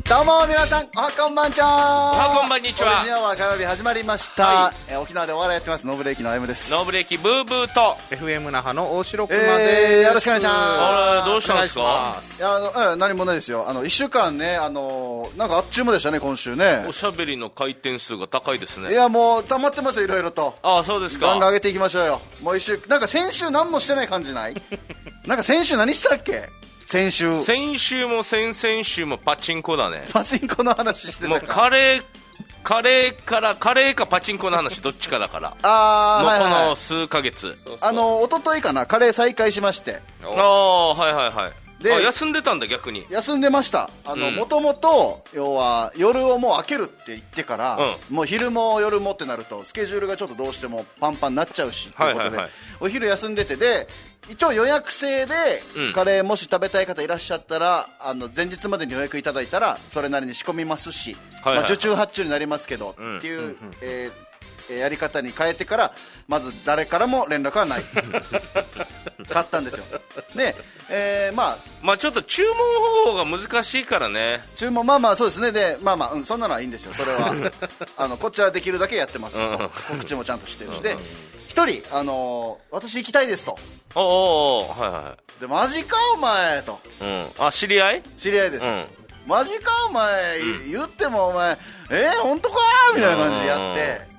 どうも皆さん、おはこんばんちは。 おはこんばんにちは。 オリジナルは火曜日始まりました、はい。沖縄でお笑いやってますノーブレーキのあゆむです。 ノーブレーキブーブーと FM 那覇の大城熊です。 よろしくお願いします。 どうしたんですか？ いや何もないですよ。1週間ね、なんかあっちゅう間でしたね、今週ね。 おしゃべりの回転数が高いですね。 いやもう溜まってますよ、いろいろと。 ああ、そうですか。 ガンガン上げていきましょうよ。もう一週、なんか先週何もしてない感じない？なんか先週何したっけ？先週も先々週もパチンコだね。 パチンコの話してたか。 もうカレーかパチンコの話どっちかだからもうこの数ヶ月、 一昨日かな、カレー再開しまして。 はいはいはい。 で休んでたんだ。逆に休んでました。もともと要は夜をもう開けるって言ってから、もう昼も夜もってなるとスケジュールがちょっとどうしてもパンパンになっちゃうしということで、お昼休んでて、で一応予約制でカレーもし食べたい方いらっしゃったら、前日までに予約いただいたらそれなりに仕込みますし、受注発注になりますけど、っていう、やり方に変えてからまず誰からも連絡はない買ったんですよ。で、まあちょっと注文方法が難しいからね。 注文そうですね。でそんなのはいいんですよ、それはこっちはできるだけやってます、告知もちゃんとしてるし、で一人私行きたいですと。 はいはい。 でマジかお前と、 知り合いです、マジかお前、言ってもお前本当かみたいな感じでやって、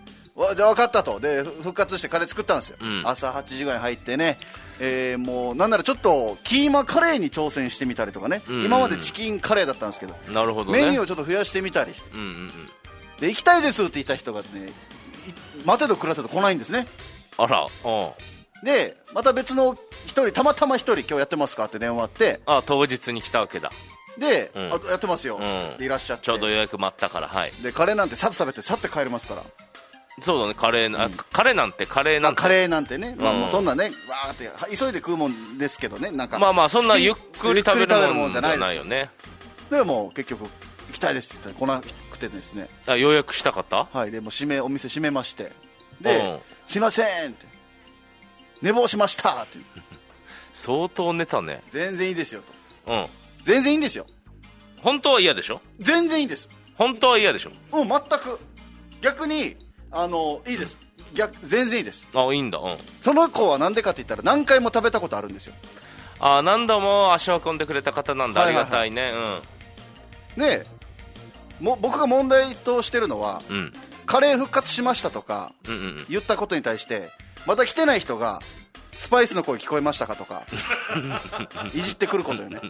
じゃあ分かったと。で復活してカレー作ったんですよ、朝8時ぐらいに入ってね。もうなんならちょっとキーマカレーに挑戦してみたりとかね、今までチキンカレーだったんですけど、 なるほどね、 メニューをちょっと増やしてみたり、で行きたいですって言った人がね、待てど暮らせど来ないんですね。 あら。 でまた別の一人、たまたま一人今日やってますかって電話あって、 当日に来たわけだ。で、 やってますよ、でいらっしゃって、 ちょうど予約待ったから、はい。 でカレーなんてさっと食べてさっと帰れますから。 そうだね、カレーなんてカレーなんてね、もうそんなねわーって急いで食うもんですけどね、なんかそんなゆっくり食べるもんじゃないよね。 でも結局行きたいですって言ったら来なくてですね、 予約したかった。 はい。でもお店閉めまして、ですいませんって寝坊しましたって相当寝たね。 全然いいですよと。全然いいんですよ。 本当は嫌でしょ。 全然いいです。 本当は嫌でしょ。 全く逆にいいです。全然いいです。 いいんだ。 その子はなんでかって言ったら何回も食べたことあるんですよ。 何度も足を運んでくれた方なんだ。ありがたいね。 で僕が問題としてるのは、カレー復活しましたとか言ったことに対して、また来てない人がスパイスの声聞こえましたかとかいじってくることよね。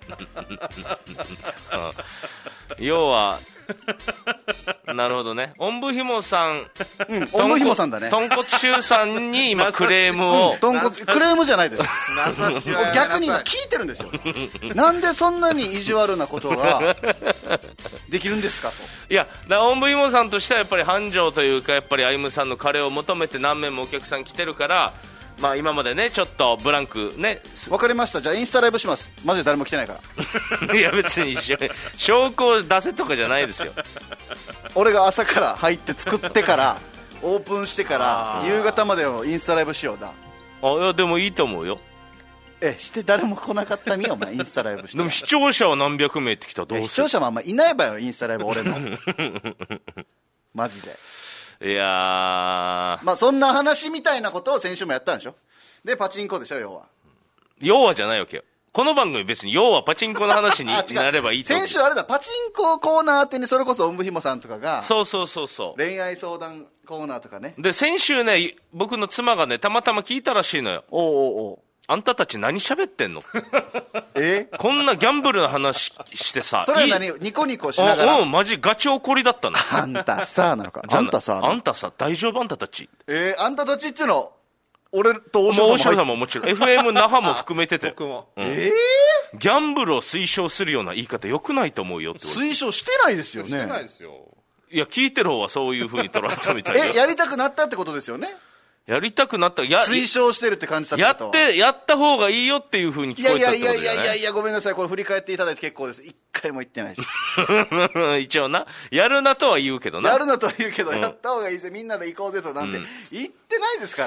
要はなるほどね。おんぶひもさん、 おんぶひもさんだね。 豚骨臭さんに今クレームを、 クレームじゃないです。逆に今聞いてるんですよ。なんでそんなに意地悪なことができるんですかと。 いや、おんぶひもさんとしてはやっぱり繁盛というか、やっぱりあゆむさんのカレーを求めて何名もお客さん来てるから、今までねちょっとブランクね。 わかりました。じゃあインスタライブします。マジで誰も来てないから。いや別に証拠を出せとかじゃないですよ。 俺が朝から入って作ってからオープンしてから夕方までをインスタライブしようだ。 いやでもいいと思うよ。 して誰も来なかったみよお前インスタライブして。 でも視聴者は何百名って来たらどうする。 視聴者もあんまいないばよインスタライブ俺の。マジで。 いやそんな話みたいなことを先週もやったんでしょ。でパチンコでしょ。 要はじゃないわけよ。この番組別に要はパチンコの話になればいいと思う。 先週あれだ、パチンココーナーってね、それこそおんぶひもさんとかがそう恋愛相談コーナーとかね。 で先週ね、僕の妻がねたまたま聞いたらしいのよ。あんたたち何喋ってんの。こんなギャンブルの話してさ。 それは何ニコニコしながら。 マジガチ怒りだったの。 あんたさなのか。あんたさ大丈夫あんたたち。 あんたたちっていうの俺と大城さんももちろん FM 那覇も含めてて。 僕も。 ギャンブルを推奨するような言い方よくないと思うよって。 推奨してないですよね。 してないですよ。 いや聞いてる方はそういう風に捉えたみたいな。 やりたくなったってことですよね。 やりたくなった。 推奨してるって感じだったと。 やった方がいいよっていう風に聞こえたってことじゃない。 いやごめんなさい。これ振り返っていただいて結構です。一回も言ってないです。 一応な、やるなとは言うけどな。 やるなとは言うけど、やった方がいいぜ、みんなで行こうぜとなんて言ってないですから。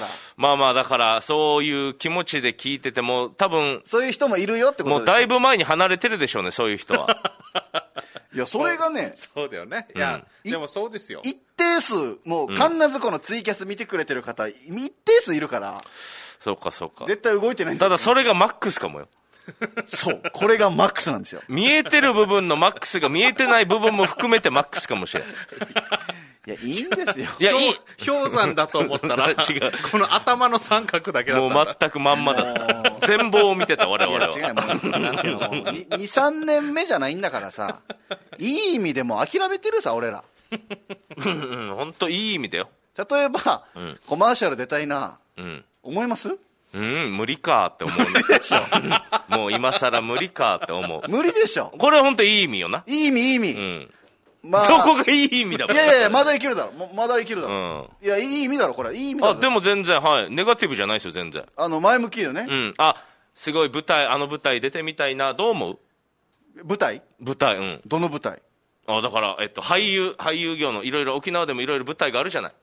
だからそういう気持ちで聞いてても多分そういう人もいるよってことです。 もうだいぶ前に離れてるでしょうね、そういう人は。 いやそれがねそうだよね。いや、でもそうですよ。 一定数もうカンナズコのツイキャス見てくれてる方、一定数いるから。 そうかそうか。 絶対動いてないんですよ。 ただそれがマックスかもよ。 そうこれがマックスなんですよ。 見えてる部分のマックスが見えてない部分も含めてマックスかもしれない。 いやいいんですよ。 いやいい氷山だと思ったら違う、この頭の三角だけだった。 もう全くまんまだった。全貌を見てた我々は。 いや違う、もうなんていうの、2、3年目じゃないんだからさ、いい意味でもう諦めてるさ俺ら。 本当いい意味だよ。 例えば、コマーシャル出たいな、思います？ 無理かって思うね。でしょ。もう今更無理かって思う。 無理でしょ。 これは本当いい意味よな。 いい意味いい意味。 まあ、どこがいい意味だもん。 いやいやまだいけるだろ。まだいけるだろ。いやいい意味だろこれ。いい意味だろ。 でも全然ネガティブじゃないですよ全然。 前向きよね。 すごい舞台出てみたいな。どう思う？ 舞台。 どの舞台？ だから俳優業のいろいろ沖縄でもいろいろ舞台があるじゃない。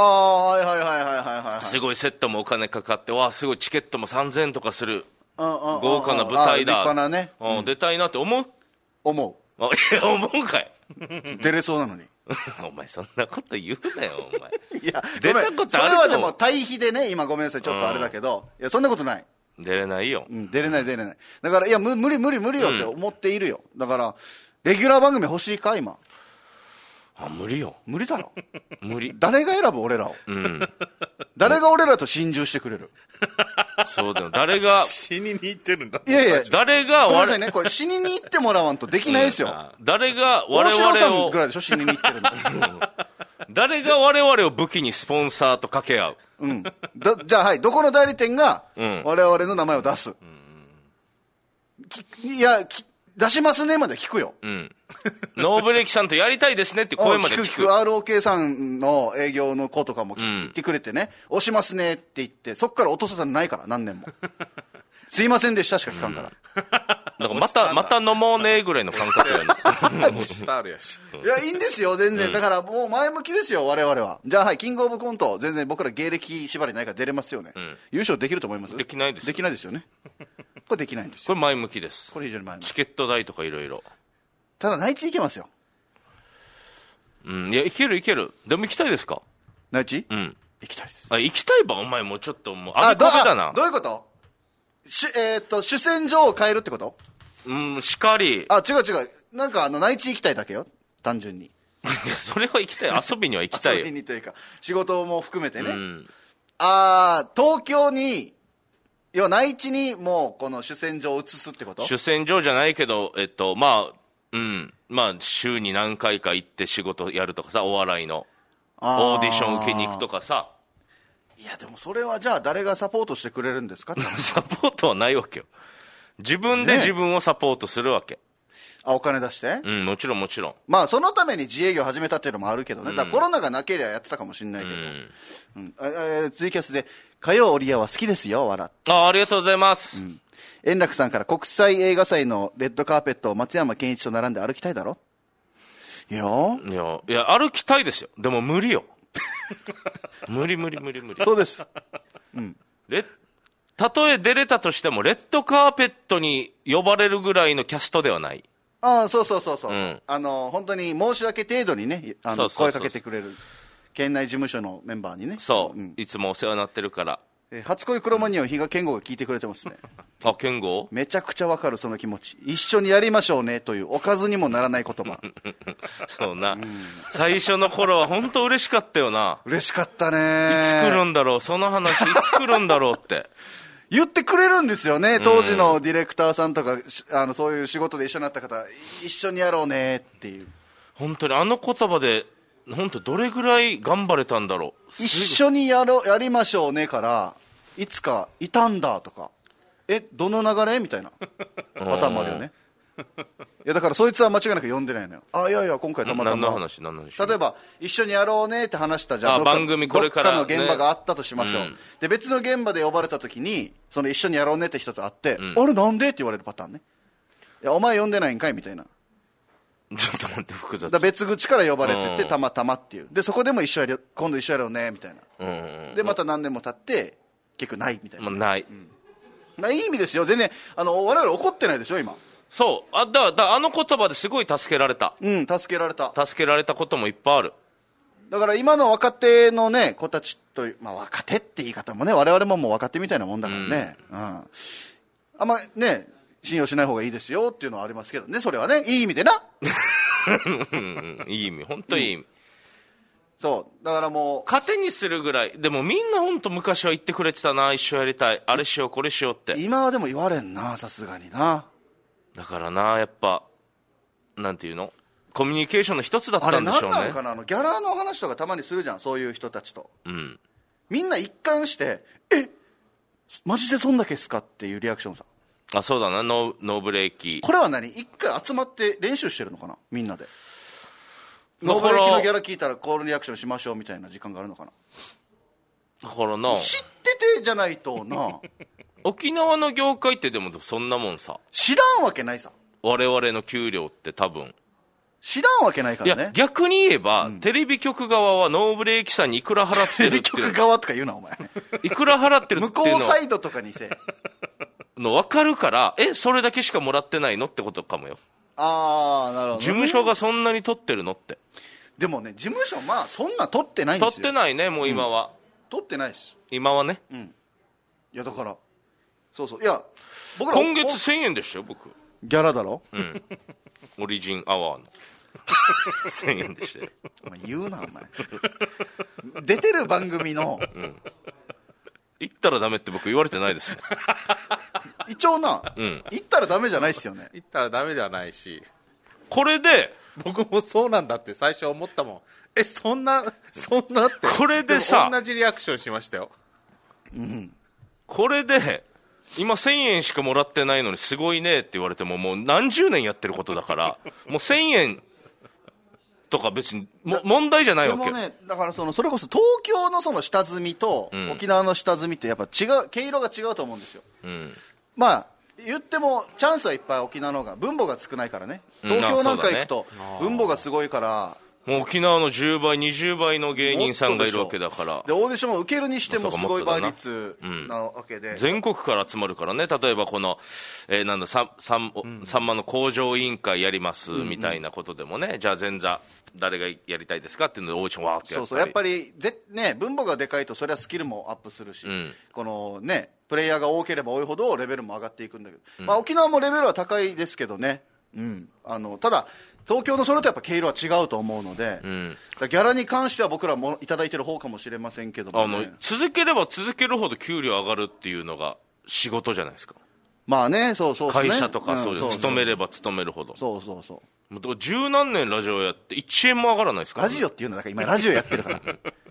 はいすごいセットもお金かかってすごいチケットも3000円とかする豪華な舞台だ。 立派なね。 出たいなって思う。 思う。 いや思うかい。 出れそうなのに。 お前そんなこと言うなよお前。 いや出たことある。それはでも対比でね今ごめんなさいちょっとあれだけど、いやそんなことない。 出れないよ。 出れないだからいや無理よって思っているよ。だからレギュラー番組欲しいか今。 無理よ。 無理だろ。 無理。 誰が選ぶ俺らを。誰が俺らと心中してくれる。 そうだよ。誰が死にに行ってるんだ。 いやいや誰がごめんなさいねこれ死にに行ってもらわんとできないですよ。 誰が我々を大城さんぐらいでしょ死にに行ってるの。 誰が我々を武器にスポンサーと掛け合う。 じゃあどこの代理店が我々の名前を出す。いや出しますねまで聞くよ。 ノーブレーキさんとやりたいですねって声まで聞く。 ROK さんの営業の子とかも言ってくれてね、押しますねって言って、そっから落とさないから何年も。すいませんでしたしか聞かんから。 だからまた飲もうねぐらいの感覚やね。 スタールやし。 いやいいんですよ全然。だからもう前向きですよ我々は。じゃあキングオブコント全然僕ら芸歴縛りないから出れますよね。優勝できると思います？ できないです。 できないですよね。これできないんですよ。 これ前向きです。 これ非常に前向き。 チケット代とかいろいろ。 ただ内地行けますよ。 いや行ける。でも行きたいですか？ 内地？ 行きたいです。 行きたいばお前もうちょっともうあげこべだな。 どういうこと？主戦場を変えるってこと？ しかり。 違うなんか内地行きたいだけよ単純に。 いやそれは行きたい。遊びには行きたいよ。 遊びにというか仕事も含めてね。東京に要は内地にもうこの主戦場を移すってこと？ 主戦場じゃないけど週に何回か行って仕事やるとかさ、お笑いのオーディション受けに行くとかさ。 いやでもそれはじゃあ誰がサポートしてくれるんですか？ サポートはないわけよ。自分で自分をサポートするわけ。 お金出して？ もちろんまあそのために自営業始めたっていうのもあるけどね。だからコロナがなければやってたかもしれないけど。ツイキャスで火曜オリアは好きですよ笑って。 ありがとうございます。 円楽さんから国際映画祭のレッドカーペットを松山ケンイチと並んで歩きたいだろ？いや歩きたいですよ。でも無理よ。無理。 そうです。 たとえ出れたとしてもレッドカーペットに呼ばれるぐらいのキャストではない。 そう、本当に申し訳程度にね声かけてくれる県内事務所のメンバーにね。 いつもお世話になってるから。 初恋クロマニオン比嘉健吾が聞いてくれてますね。 健吾めちゃくちゃわかるその気持ち。一緒にやりましょうねというおかずにもならない言葉。 そうな、最初の頃は本当嬉しかったよな。 嬉しかったね。 いつ来るんだろうその話、いつ来るんだろうって言ってくれるんですよね。当時のディレクターさんとかそういう仕事で一緒になった方、一緒にやろうねっていう。 本当にあの言葉で本当どれぐらい頑張れたんだろう。 一緒にやりましょうねからいつかいたんだとか、どの流れみたいなパターンもあるよね。いやだからそいつは間違いなく呼んでないのよ。いや今回たまたま何の話例えば一緒にやろうねって話したじゃあ番組これからどっかの現場があったとしましょう、で別の現場で呼ばれた時にその一緒にやろうねって人と会って、あれなんでって言われるパターンね。いやお前呼んでないんかいみたいな。 ちょっと待って複雑。 別口から呼ばれててたまたまっていう。でそこでも今度一緒やろうねみたいな。でまた何年も経って結局ないみたいな。 ない、 いい意味ですよ。全然我々怒ってないですよ今。 そうだからあの言葉ですごい助けられた。 助けられたこともいっぱいある。 だから今の若手のね子たちと、若手って言い方もね、我々ももう若手みたいなもんだからね、あんまね信用しない方がいいですよっていうのはありますけどね、それはね、いい意味でな。 いい意味、本当にいい意味。 そうだからもう糧にするぐらい。でもみんな本当昔は言ってくれてたな、一緒やりたい、あれしようこれしようって。 今はでも言われんな、さすがにな。 だからな、やっぱなんていうの、コミュニケーションの一つだったんでしょうね。 あれ何なんかな、ギャラの話とかたまにするじゃん、そういう人たちと。みんな一貫してマジでそんだけっすかっていうリアクションさ。 あ、そうだな、ノーブレーキ。 これは何、一回集まって練習してるのかな、みんなで。ノーブレーキのギャラ聞いたらコールリアクションしましょうみたいな時間があるのかな。 だからな、 知っててじゃないとな。 沖縄の業界ってでもそんなもんさ。 知らんわけないさ。 我々の給料って多分知らんわけないからね。 いや逆に言えば、テレビ局側はノーブレーキさんにいくら払ってるっていう。 テレビ局側とか言うなお前。 いくら払ってるっていうの向こうサイドとかにせの分かるから、それだけしかもらってないのってことかもよ。 ああ、なるほど、ね。 事務所がそんなに取ってるのって。 でもね、事務所そんな取ってないんですよ。 取ってないね、もう今は。 取ってないです。 今はね。 いやだからそういや僕ら今月1000円でしたよ僕。 ギャラだろ。 オリジンアワーの1000円でしたよ。 お前言うなお前。出てる番組の、 行ったらダメって僕言われてないですよ。 一応な、行ったらダメじゃないですよね。 行ったらダメではないし、 これで僕もそうなんだって最初思ったもん。そんなって。 これでさ、 同じリアクションしましたよ。 これで今1000円しかもらってないのにすごいねって言われても、もう何十年やってることだから、もう1000円とか別に問題じゃないわけ。 でもね、だからそれこそ東京のその下積みと沖縄の下積みってやっぱ違う、毛色が違うと思うんですよ。まあ言ってもチャンスはいっぱい沖縄の方が分母が少ないからね。東京なんか行くと分母がすごいから、 もう沖縄の10倍20倍の芸人さんがいるわけだから。 でオーディションを受けるにしてもすごい倍率なわけで、 全国から集まるからね。例えばこの、さんまの工場委員会やりますみたいなことでもね、じゃあ前座誰がやりたいですかっていうのでオーディションわーってやったり。 やっぱりね、分母がでかいとそれはスキルもアップするし、このねプレイヤーが多ければ多いほどレベルも上がっていくんだけど、沖縄もレベルは高いですけどね、ただ東京のそれとやっぱ毛色は違うと思うので、ギャラに関しては僕らもいただいてる方かもしれませんけども、ね、 続ければ続けるほど給料上がるっていうのが仕事じゃないですか。 まあね、そうね、 会社とかそういう勤めれば勤めるほど、もう十何年ラジオやって1円も上がらないですから、ね、 ラジオっていうのだから今ラジオやってるから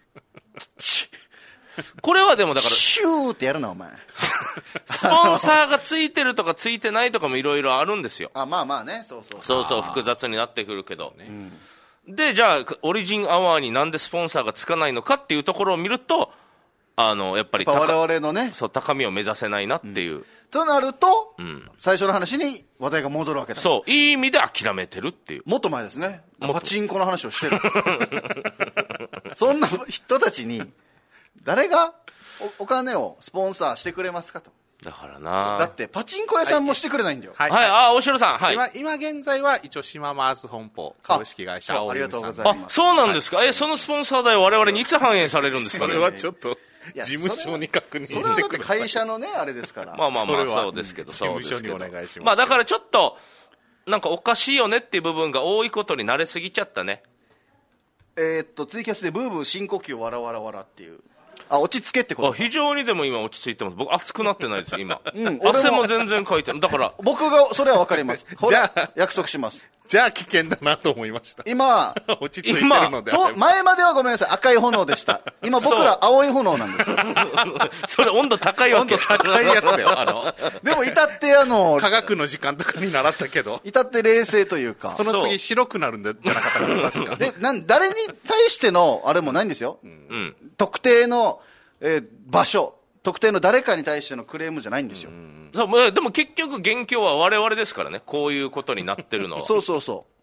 これはでもだからシューってやるなお前スポンサーがついてるとかついてないとかもいろいろあるんですよ。 まあね、そう複雑になってくるけど、でじゃあオリジンアワーになんでスポンサーがつかないのかっていうところを見ると、やっぱり我々のね、 高みを目指せないなっていう、 となると、最初の話に話題が戻るわけだ。 そういい意味で諦めてるっていう。 もっと前ですね、パチンコの話をしてるそんな人たちに誰がお金をスポンサーしてくれますかと。 だからな、 だってパチンコ屋さんもしてくれないんだよ。 大城さん、 今現在は一応島マーズ本舗株式会社ありがとうございます。 そうなんですか。そのスポンサー代我々にいつ反映されるんですかね。 それはちょっと事務所に確認してください。それはだって会社のねあれですから。 まあそうですけど、 事務所にお願いします。 まあだからちょっとなんかおかしいよねっていう部分が多いことに慣れすぎちゃったね。 ツイキャスでブーブー深呼吸わらわらわらっていう、落ち着けってこと。 非常にでも今落ち着いてます。僕熱くなってないです今、汗も全然かいてる。だから僕がそれは分かりますじゃあ約束します。 じゃあ危険だなと思いました。 今落ち着いてるので前まではごめんなさい赤い炎でした。今僕ら青い炎なんですそれ温度高いわけ。 温度高いやつだよでも至って科学の時間とかに習ったけど、 至って冷静というか、 その次白くなるんじゃなかったかな確かで誰に対してのあれもないんですよ、特定の、場所、特定の誰かに対してのクレームじゃないんですよ。 そうでも結局元凶は我々ですからね、こういうことになってるのは。 そう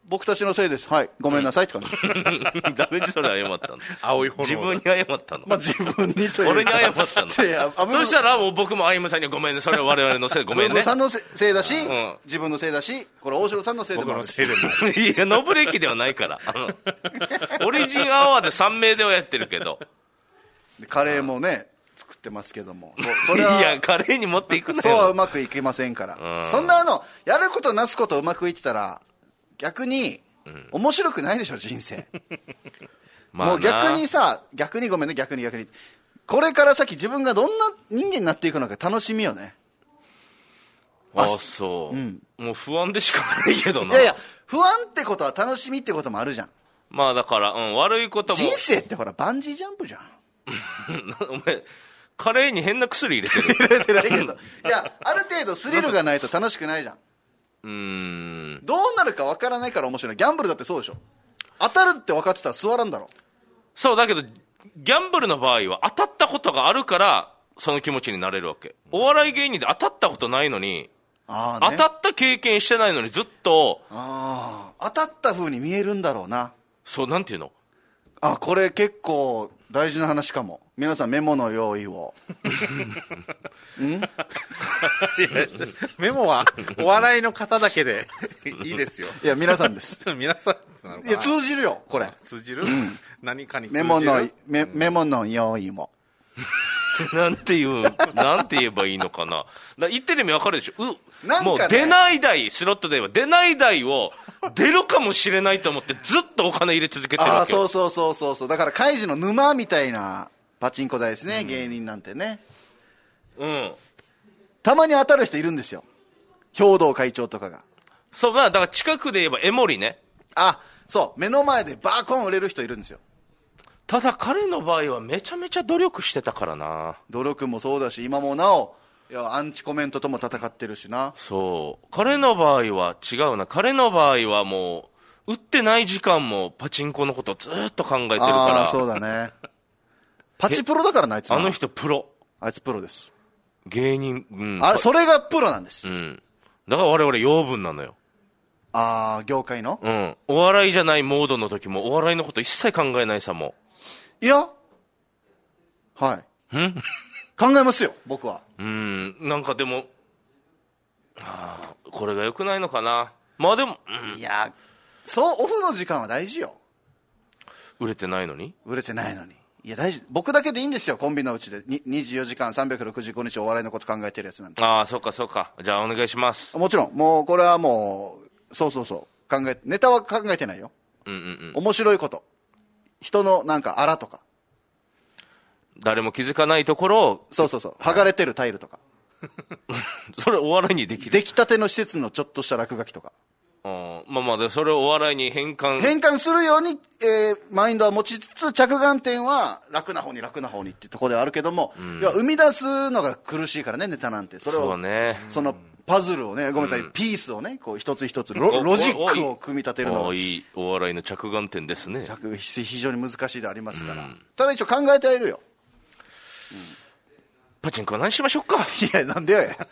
僕たちのせいです、はい、ごめんなさいって感じ。 誰にそれ謝ったの？ 青い炎自分に謝ったの？ まあ自分にというか俺に謝ったの？そしたらもう僕も歩夢さんにごめんね、それは我々のせい、ごめんね。 ブさんのせいだし、自分のせいだし、これ大城さんのせいでもあるし。僕のせいでもある。 いや、ノブレキではないから。オリジンアワーで3名ではやってるけど。 カレーもね、作ってますけども。それは。 いや、カレーに持っていくなよ。 そうはうまくいけませんから。そんなやることなすことうまくいってたら、逆に、面白くないでしょ、人生。もう逆にさ、逆にごめんね、逆に。これから先自分がどんな人間になっていくのか楽しみよね。 そう。もう不安でしかないけどな。 いや、不安ってことは楽しみってこともあるじゃん。 まあだから、悪いことも。 人生ってほら、バンジージャンプじゃん。 お前、カレーに変な薬入れてる。 入れてないけど。いや、ある程度スリルがないと楽しくないじゃん。どうなるか分からないから面白い。ギャンブルだってそうでしょ。当たるって分かってたら座らんだろ。 そうだけど、ギャンブルの場合は当たったことがあるからその気持ちになれるわけ。お笑い芸人で当たったことないのに、当たった経験してないのにずっと当たった風に見えるんだろうな。 そう、なんていうの、 これ結構大事な話かも。皆さんメモの用意を。 メモはお笑いの方だけでいいですよ。 いや、皆さんです。 皆さんなのかな。 いや、通じるよこれ。 通じる、何かに通じる。 メモの用意も。 なんて言えばいいのかな。言ってる意味分かるでしょ。 なんかね、 もう出ない台、スロットで言えば出ない台を出るかもしれないと思ってずっとお金入れ続けてるわけよ。 そう。だからカイジの沼みたいなパチンコ台ですね、芸人なんてね。たまに当たる人いるんですよ。兵道会長とかが。 そう、だから近くで言えば江森ね。 そう、目の前でバーコン売れる人いるんですよ。 ただ彼の場合はめちゃめちゃ努力してたからな。 努力もそうだし、今もなおアンチコメントとも戦ってるしな。 そう、彼の場合は違うな。彼の場合はもう打ってない時間もパチンコのことをずっと考えてるから。 そうだね。パチプロだからな、あいつ。 あの人プロ。 あいつプロです。 芸人、 それがプロなんです。 だから我々養分なのよ。 業界の。 お笑いじゃないモードの時もお笑いのこと一切考えないさも。 いや、はい。考えますよ、僕は。 なんかでも、これが良くないのかな。まあでも、 いや、そう、オフの時間は大事よ。 売れてないのに。 いや、大事。僕だけでいいんですよ、コンビのうちで。24時間365日お笑いのこと考えてるやつなんて。 そうか。じゃあお願いします。 もちろん、もうこれはもう、そう。ネタは考えてないよ。面白いこと。人のなんかあらとか。 誰も気づかないところを。 そう。剥がれてるタイルとか。 それお笑いにできる。 出来たての施設のちょっとした落書きとか。 でそれをお笑いに変換するように、マインドは持ちつつ、着眼点は楽な方にっていうところではあるけども、生み出すのが苦しいからね、ネタなんて。それを、そのパズルをね、ごめんなさい、ピースをね、こう一つ一つロジックを組み立てるの。 いいお笑いの着眼点ですね。 非常に難しいでありますから。ただ一応考えてはいるよ。 パチンコは何しましょうか。 いや、なんでよや。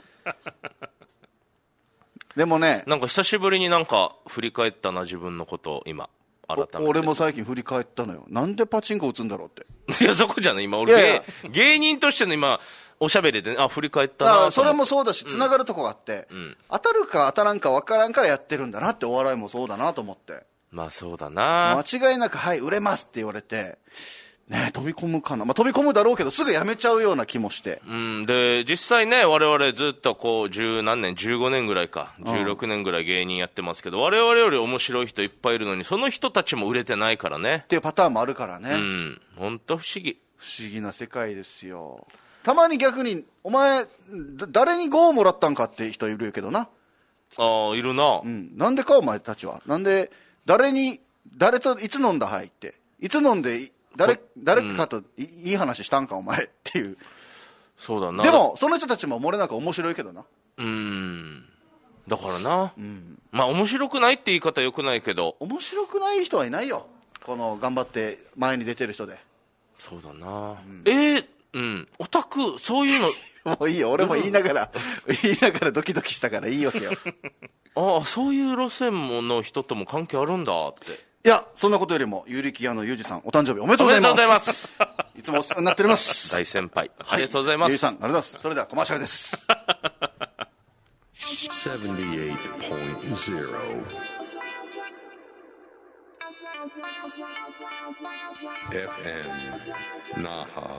でもね、 なんか久しぶりになんか振り返ったな、自分のことを今改めて。 俺も最近振り返ったのよ。なんでパチンコ打つんだろうって。 いや、そこじゃない今俺芸人としての今おしゃべりで、振り返ったな。 それもそうだし、つながるとこがあって、当たるか当たらんか分からんからやってるんだなって。お笑いもそうだなと思って。 そうだな。 間違いなく、はい、売れますって言われて、ね、飛び込むかな。飛び込むだろうけど、すぐやめちゃうような気もして。 で、実際ね、我々ずっとこう、十何年、15年ぐらいか、16年ぐらい芸人やってますけど、我々より面白い人いっぱいいるのに、その人たちも売れてないからね。 っていうパターンもあるからね。 本当不思議。 不思議な世界ですよ。たまに逆に、お前、誰に5をもらったんかって人いるけどな。 いるな。 なんでかお前たちは。なんで、誰といつ飲んだはいって。いつ飲んで、誰かといい話したんかお前っていう。 そうだな。 でもその人たちも漏れなく面白いけどな。 だからな、面白くないって言い方よくないけど、 面白くない人はいないよ、この頑張って前に出てる人で。 そうだな。 うん。オタク、そういうの。 もういいよ、俺も言いながらドキドキしたからいいわけよ。 ああ、そういう路線の人とも関係あるんだって。 いや、そんなことよりも、有力屋のゆうじさん、お誕生日おめでとうございます。 おめでとうございます。 いつもお世話になっております。 大先輩。 はい、 ありがとうございます。 ゆうじさん、ありがとうございます。それではコマーシャルです。 FM Naha.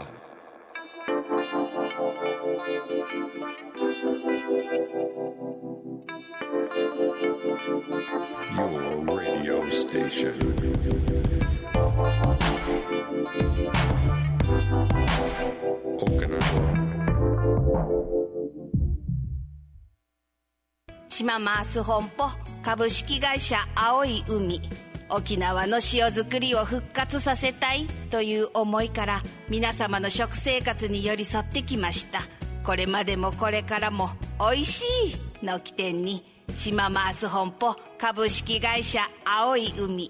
Your radio station. Okinawa. 島マース本舗株式会社青い海。沖縄の塩作りを復活させたいという思いから皆様の食生活に寄り添ってきました。これまでもこれからもおいしいの起点に島マース本舗株式会社青い海。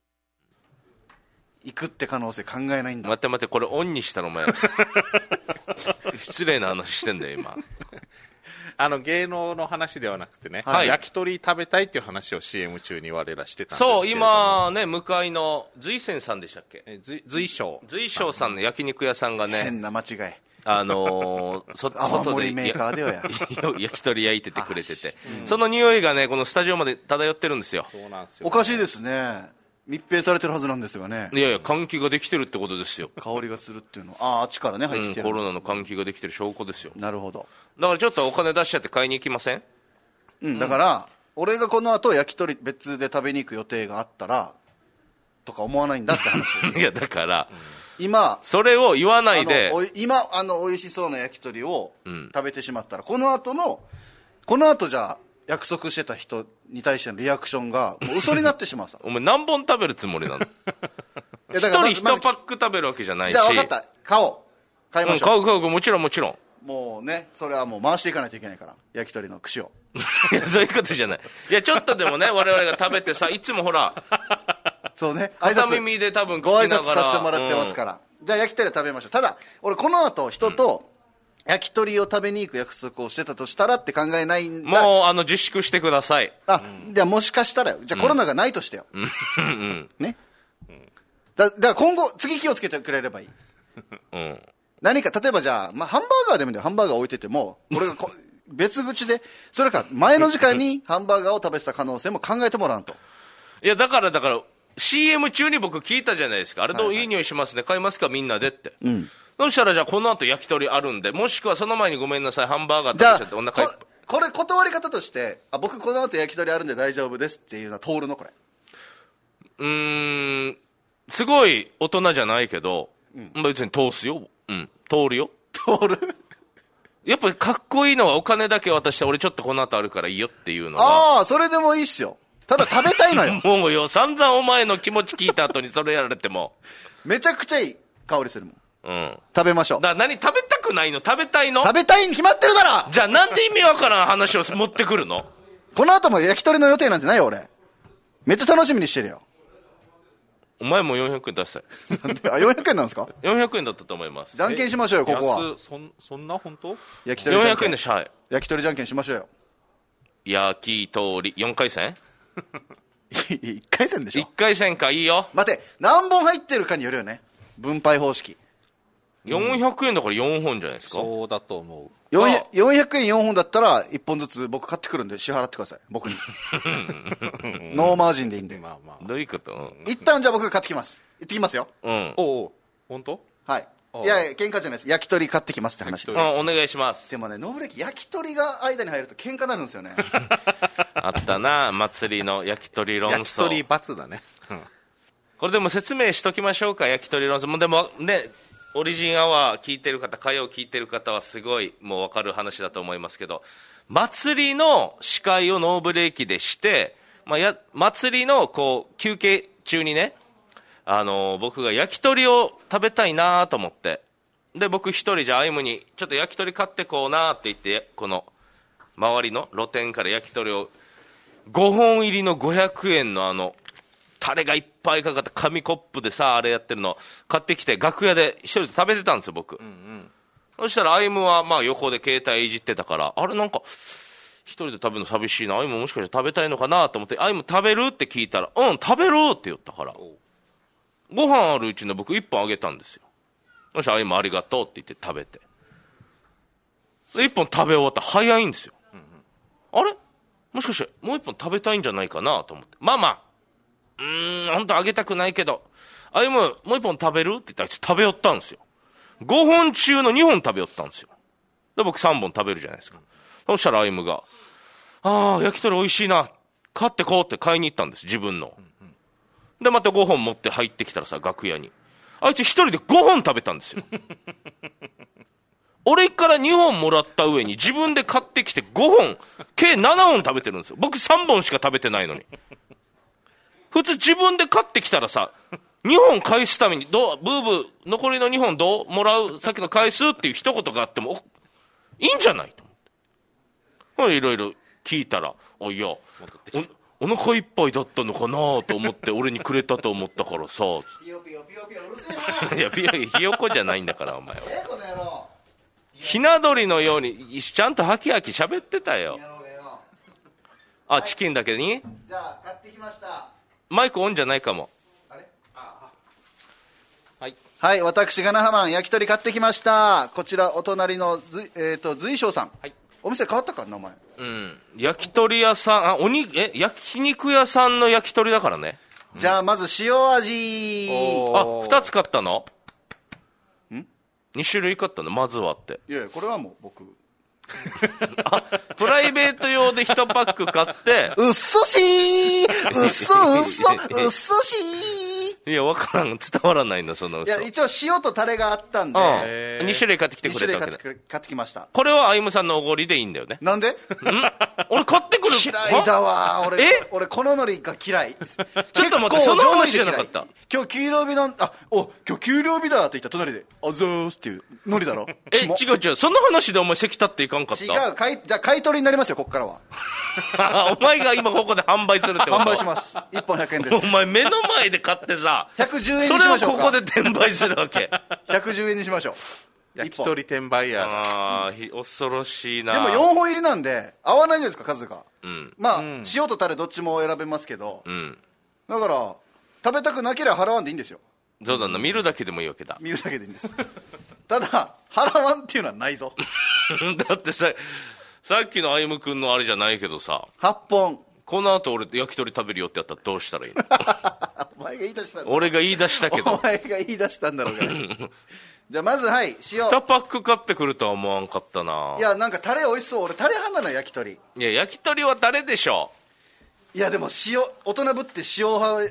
行くって可能性考えないんだ。 待って、これオンにしたのお前失礼な話してんだよ今。 芸能の話ではなくてね、 はい、 焼き鳥食べたいっていう話を CM 中に我らしてたんですけれども。 そう、今ね、向かいの随泉さんでしたっけ、 随翔さんの焼肉屋さんがね、 変な間違い、 外でメーカーでや焼き鳥焼いててくれてて、その匂いがねこのスタジオまで漂ってるんですよ。 そうなんですよ、 おかしいですね。密閉されてるはずなんですがね。 いやいや、換気ができてるってことですよ。 香りがするっていうのはあっちからね入ってきてる、 コロナの換気ができてる証拠ですよ。 なるほど。 だからちょっとお金出しちゃって買いに行きません？ だから俺がこの後焼き鳥別で食べに行く予定があったらとか思わないんだって話いやだから、 今それを言わないで、 今美味しそうな焼き鳥を食べてしまったら、この後じゃあ約束してた人に対してのリアクションがもう嘘になってしまうさお前何本食べるつもりなの？一人1パック食べるわけじゃないし。 じゃあ分かった、買いましょう、 買うもちろんもうね、それはもう回していかないといけないから、焼き鳥の串をそういうことじゃない。いやちょっとでもね我々が食べてさ、いつもほらそうね、 片耳で多分聞きご挨ながら拶させてもらってますから、じゃあ焼き鳥食べましょう。ただ俺この後人と焼き鳥を食べに行く約束をしてたとしたらって考えないんだ。 もう自粛してください。 じゃあもしかしたらよ、じゃあコロナがないとしてよ、ね、だから今後次気をつけてくれればいい、何か例えばじゃあ、ハンバーガーでもいいんだよ。ハンバーガー置いてても俺が別口でそれか前の時間にハンバーガーを食べてた可能性も考えてもらわんと。 いやだから CM 中に僕聞いたじゃないですか、あれといい匂いしますね、買いますかみんなでって、そしたらじゃあこの後焼き鳥あるんで、もしくはその前にごめんなさいハンバーガー食べちゃってお腹いっぱい。 これ断り方として僕この後焼き鳥あるんで大丈夫ですっていうのは通るの？これすごい大人じゃないけど、別に通すよ、通るよ。 通るやっぱりかっこいいのはお金だけ渡して俺ちょっとこの後あるからいいよっていうのが。 それでもいいっすよ。ただ食べたいのよもうよ、散々お前の気持ち聞いた後にそれやられてもめちゃくちゃいい香りするもん。食べましょう。 だから食べたくないの？食べたいの？ 食べたいに決まってるだろ。 じゃあなんで意味わからん話を持ってくるの？ この後も焼き鳥の予定なんてないよ俺。めっちゃ楽しみにしてるよ。 お前も400円出したい。 400円なんですか ？400円だったと思います。 じゃんけんしましょうよここは。 そんな本当？ 焼き鳥じゃんけん 400円でしゃい。 焼き鳥じゃんけんしましょうよ。 焼き鳥4回戦 1回戦でしょ。 1回戦か。いいよ。 待て、何本入ってるかによるよね、分配方式。 400円だから4本じゃないですか。 そうだと思う。 400円4本だったら1本ずつ僕買ってくるんで支払ってください僕にノーマージンでいいんで。 どういうこと？ 一旦じゃあ僕が買ってきます。行ってきますよ。 お本当？ はい。いや喧嘩じゃないです。焼き鳥買ってきますって話です。 お願いします。 でもね、ノブレキ焼き鳥が間に入ると喧嘩になるんですよねあったな、祭りの焼き鳥論争。 焼き鳥罰だねこれでも説明しときましょうか、焼き鳥論争。もうでもね、オリジンアワー聞いてる方、火曜聞いてる方はすごいもう分かる話だと思いますけど、祭りの司会をノーブレーキでして、祭りのこう休憩中にね、僕が焼き鳥を食べたいなと思って、で僕一人じゃあアイムにちょっと焼き鳥買ってこうなって言って、この周りの露店から焼き鳥を5本入りの500円のタレがいっぱいかかった紙コップでさ、あれやってるの買ってきて楽屋で一人で食べてたんですよ僕、そしたらアイムはまあ横で携帯いじってたから、あれなんか一人で食べるの寂しいな、アイムもしかして食べたいのかなと思って、アイム食べるって聞いたら、食べるって言ったから、ご飯あるうちの僕1本あげたんですよ。そしたらアイムありがとうって言って食べて、1本食べ終わったら早いんですよ、あれもしかしてもう1本食べたいんじゃないかなと思って、まあ本当あげたくないけど、アイムもう1本食べるって言ったらあいつ食べよったんですよ。5本中の2本食べよったんですよ。で僕3本食べるじゃないですか。そしたらアイムが、焼き鳥美味しいな、買ってこうって買いに行ったんです、自分の。でまた5本持って入ってきたらさ、楽屋にあいつ1人で5本食べたんですよ俺から2本もらった上に自分で買ってきて5本計7本食べてるんですよ。僕3本しか食べてないのに。普通自分で買ってきたらさ、2本返すためにブーブー残りの2本どうもらう、さっきの返すっていう一言があってもいいんじゃないと思って、いろいろ聞いたら、いやお腹いっぱいだったのかなと思って俺にくれたと思ったからさピヨピヨピヨピヨうるせえないやひよこじゃないんだからお前は。 この野郎、 ひな鳥のようにちゃんとハキハキ喋ってたよ。チキンだけに、 じゃあ買ってきました。 マイクオンじゃないかも。 はい、私が那覇マン焼き鳥買ってきました。こちらお隣の随翔さん、はい、お店変わったか名前。 焼き鳥屋さん、焼肉屋さんの焼き鳥だからね。 じゃあまず塩味。 2つ買ったの？2種類買ったのまずはって。 いやこれはもう僕プライベート用で1パック買ってうっそしーうっそしーいや分からん、伝わらないのその嘘。 いや一応塩とタレがあったんで、 2種類買ってきてくれたわけだ。 買ってきました。 これはアイムさんのおごりでいいんだよね。 なんで俺買ってくる。 嫌いだわ俺この海苔が嫌いちょっと待って、その話じゃなかった。 今日給料日今日給料日だって言った隣であざーすっていう海苔だろ。 違うその話でお前席立っていかんかった。 違う、じゃあ買い取りになりますよここからはお前が今ここで販売するってこと？ 販売します。1本100円です。 お前目の前で買ってさ 110円にしましょうか。 それをここで転売するわけ 110円にしましょう。 焼き鳥転売ヤー。 恐ろしいな。 でも4本入りなんで合わないじゃないですか数が、まあ、塩とタレどっちも選べますけど、だから食べたくなければ払わんでいいんですよ。 そうだな、見るだけでもいいわけだ。 見るだけでいいんですただ払わんっていうのはないぞだってさっきの歩夢君のあれじゃないけどさ、 8本この後俺焼き鳥食べるよってやったらどうしたらいいのお前が言い出したんだ。 俺が言い出したけどお前が言い出したんだろうがじゃあまず塩 2パック買ってくるとは思わんかったな。 いやなんかタレ美味しそう。俺タレ派なの焼き鳥。 いや焼き鳥はタレでしょ。 いやでも大人ぶって塩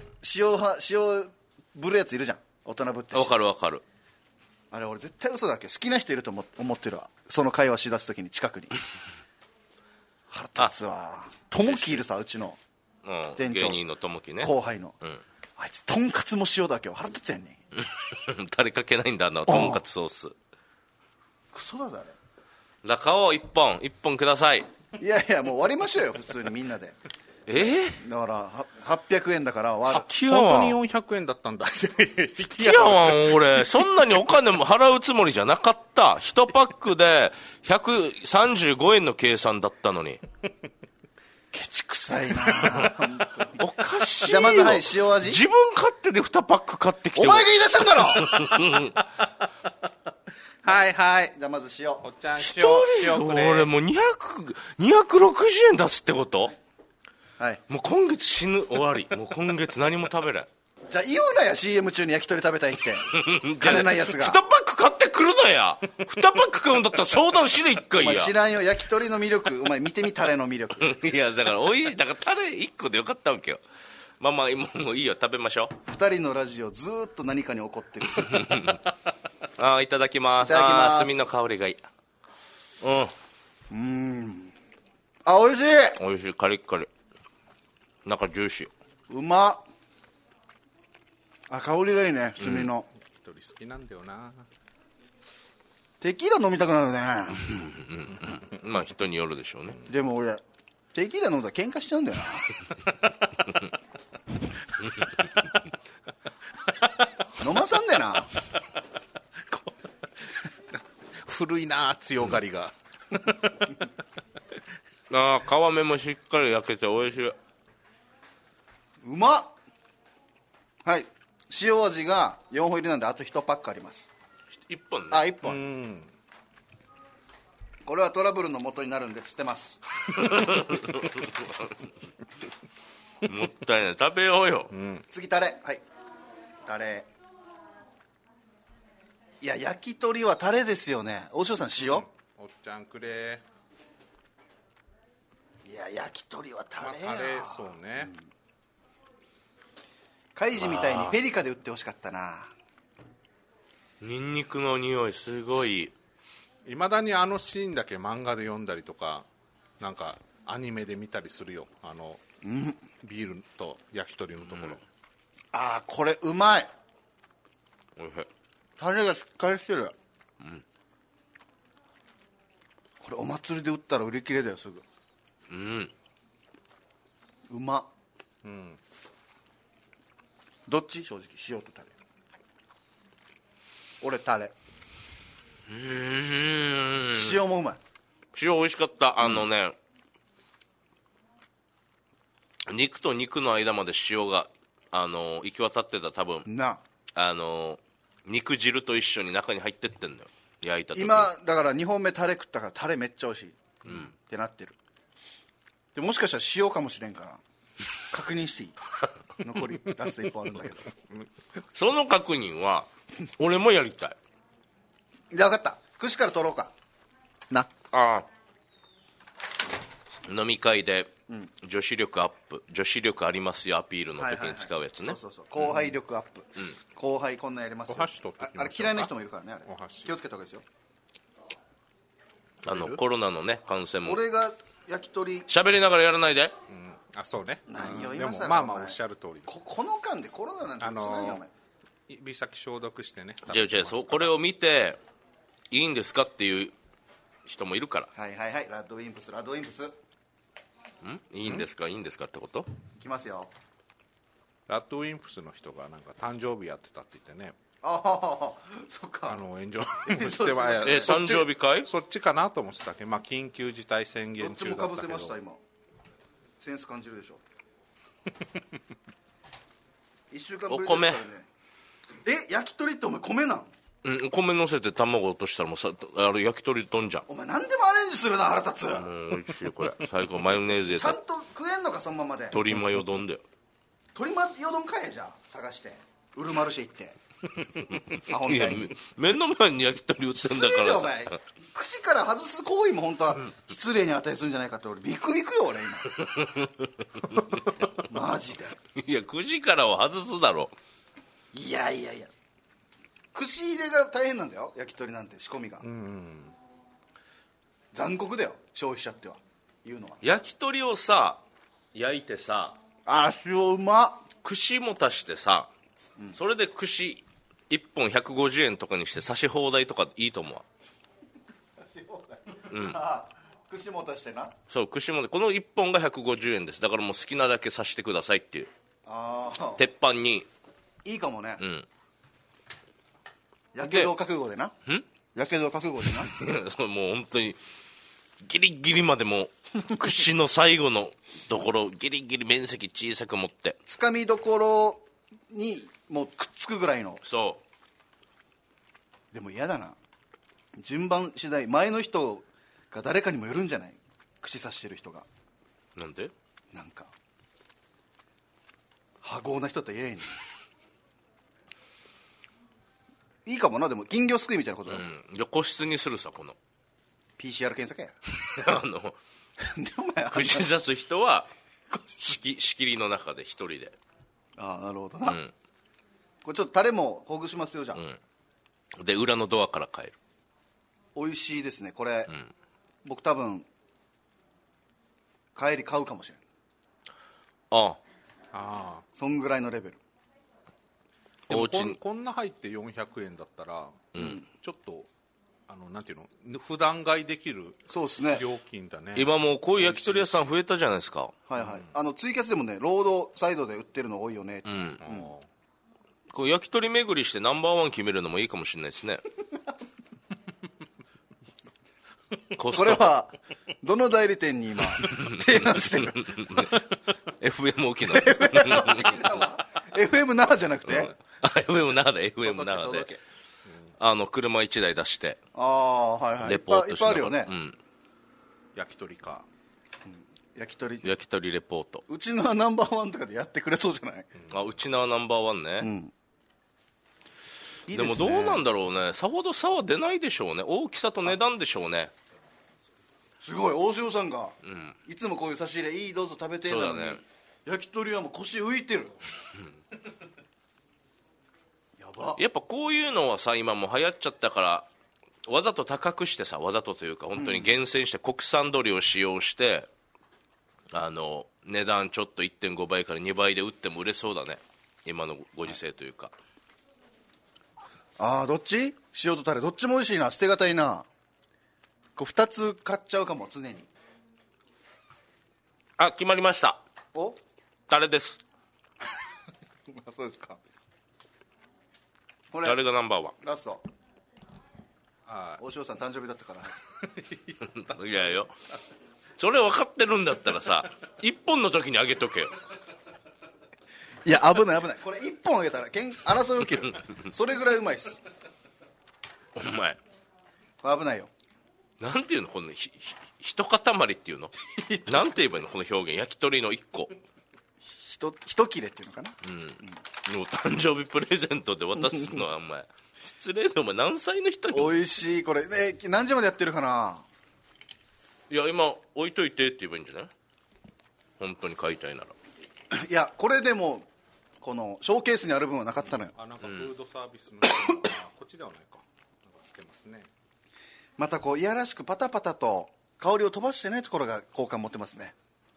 ぶるやついるじゃん。大人ぶってわかるあれ俺絶対嘘だっけ。好きな人いると思ってるわ。その会話しだすときに近くに腹立つわ。ともきいるさ、うちの店長、 芸人のともきね、 後輩の、あいつとんかつも塩だけど腹立つやんねんタレかけないんだな、とんかつソース。 クソだぜあれ。 中を1本ください。 いやいやもう終わりましょうよ普通にみんなでだから800円だから本当に400円だったんだ引きやわん俺そんなにお金も払うつもりじゃなかった。1パックで135円の計算だったのにケチくさいなおかしいよ。 じゃあまず塩味。 自分勝手で2パック買ってきてお前が言い出したんだろはいじゃあまず塩。 おっちゃん塩くれ。 俺もう260円出すってこと？はい、もう今月死ぬ。終わり。もう今月何も食べない。 じゃあ言うなや CM 中に焼き鳥食べたいって金ないやつが 2パック買ってくるなや2パック買うんだったら相談しね1回や。 お前知らんよ焼き鳥の魅力。お前見てみタレの魅力いやだからタレ1個でよかったわけよ。まあもういいよ食べましょう。 2人のラジオずーっと何かに怒ってるいただきます。炭の香りがいい。 おいしい。 おいしい。カリッカリ、なんかジューシー。 うまっ。香りがいいね炭の。 一人好きなんだよな。 テキーラ飲みたくなるねまあ人によるでしょうね。 でも俺テキーラ飲んだら喧嘩しちゃうんだよないな、強がりが。 あ皮目もしっかり焼けて美味しい。 うまっ。はい、塩味が4本入りなんであと1パックあります。 1本ね。 あ、1本。これはトラブルの元になるんで捨てます。 もったいない、食べようよ。 次タレ。はい、タレ。いや、焼き鳥はタレですよね。大塩さん塩、 おっちゃんくれ。 いや、焼き鳥はタレや、 タレ、そうね。 カイジみたいにペリカで売ってほしかったな。 ニンニクの匂いすごい。 いまだにあのシーンだけ漫画で読んだりとか、なんかアニメで見たりするよ。ビールと焼き鳥のところ。 あー、これうまい。 おいしい。 タレがしっかりしてる。これお祭りで売ったら売り切れだよ、すぐ。うまっ。どっち？正直塩とタレ。俺タレ。塩もうまい。 塩美味しかった。肉と肉の間まで塩が行き渡ってた。多分な、 肉汁と一緒に中に入ってってんだよ、焼いた時。 今だから2本目タレ食ったからタレめっちゃ美味しい、ってなってる。でもしかしたら塩かもしれんから確認していい？残りラスト1本あるんだけど。 その確認は俺もやりたい。 じゃあ分かった、串から取ろうかな。 飲み会で女子力アップ、女子力ありますよアピールの時に使うやつね。 そう後輩力アップ、後輩こんなんやりますよ。 お箸取ってきましょうか。 あれ嫌いな人もいるからね、あれお箸気をつけた方がいいですよ。 コロナのね感染も。 俺が焼き鳥喋りながらやらないで。 そうね。 何をで今更もまあまあおっしゃる通り。 この間でコロナなんてつらいよお前。 指先消毒してね。 じゃあこれを見ていいんですかっていう人もいるから。 はいラッドウィンプスいいんですか、いいんですかってこと。 いきますよ。 ラッドウィンプスの人がなんか誕生日やってたって言ってね。 ああ、そっか。 炎上しては誕生日会？ そっちかなと思ってたけど、まあ緊急事態宣言中だったけど。 どっちもかぶせました。今センス感じるでしょ。1週間ぶりですからね。焼き鳥ってお前米なん？ 米乗せて卵落としたらもうあれ焼き鳥丼じゃん。 お前何でもアレンジするな、腹立つ。 美味しいこれ。最高マヨネーズでちゃんと食えんのかそのままで。 鶏マヨ丼だよ。 鶏マヨ丼買え、じゃあ探してウルマルシェ行って。 いや目の前に焼き鳥売ってんだからさ。 お前串から外す行為も本当は失礼に値するんじゃないかって俺ビクビクよ俺今。マジで。 いや串からは外すだろ。 いや串入れが大変なんだよ、焼き鳥なんて仕込みが。残酷だよ消費者っては言うのは。 焼き鳥をさ焼いてさ、 塩うま。 串も足してさ、それで串1本150円とかにして刺し放題とかいいと思うわ。 串も足してな。 そう串もこの1本が150円です。だからもう好きなだけ刺してくださいっていう。鉄板にいいかもね。やけど覚悟でな。やけど覚悟でな。 そうもう本当にギリギリまでもう串の最後のところギリギリ面積小さく持ってつかみどころにもうくっつくぐらいの。 そうでも嫌だな、順番次第前の人が誰かにもよるんじゃない？串刺してる人が。 なんで？ なんか羽合な人って言えんの。いいかもな。でも金魚すくいみたいなことだ。 じゃ個室にするさこの PCR 検査かや。でお前串刺す人は仕切りの中で一人で。 なるほどな。これちょっとタレもほぐしますよじゃあ。 で裏のドアから帰る。 美味しいですねこれ。僕多分帰り買うかもしれない。そんぐらいのレベル。 でもこんな入って400円だったら、ちょっとなんていうの、普段買いできる料金だね。 今もうこういう焼き鳥屋さん増えたじゃないですか。 ツイキャスでもねロードサイドで売ってるの多いよね。 こう焼き鳥巡りしてナンバーワン決めるのもいいかもしれないですね。 コストこれはどの代理店に今提案してる FM 沖縄 FM 那覇じゃなくて、 FM 那覇で FM 那覇で車1台出してはいはい、 レポートしながらいっぱいあるよね、 焼き鳥か、 焼き鳥レポート。 うちのはナンバーワンとかでやってくれそうじゃない？ うちのはナンバーワンね、いいですね。でもどうなんだろうね、さほど差は出ないでしょうね、大きさと値段でしょうね。 すごい、大塩さんが、いつもこういう差し入れいいどうぞ食べてなのに、ね、焼き鳥はもう腰浮いてるやば。 やっぱこういうのはさ、今もう流行っちゃったからわざと高くしてさ、わざとというか本当に厳選して国産鶏を使用して、値段ちょっと 1.5 倍から2倍で売っても売れそうだね、今のご時世というか。 どっち？塩とタレどっちも美味しいな、捨てがたいな。こう2つ買っちゃうかも、常に。 決まりました。タレですそうですか。 タレがナンバーワン。 ラスト。大塩さん誕生日だったからいやよ、それ分かってるんだったらさ1本の時にあげとけよ。 いや、危ないこれ1本あげたら争い起きるそれぐらいうまいっす。 お前これ危ないよ。 なんていうの、この一塊っていうのなんて言えばいいの、この表現。焼き鳥の1個一切れっていうのかな。 もう誕生日プレゼントで渡すのはお前失礼で、お前何歳の人に。 美味しいこれ、何時までやってるかな。 いや、今置いといてって言えばいいんじゃない、本当に買いたいなら。 いや、これでもこのショーケースにある分はなかったのよ。 なんかフードサービスの人がこっちではないか、来てますね。 またこういやらしくパタパタと香りを飛ばしてないところが好感持ってますね。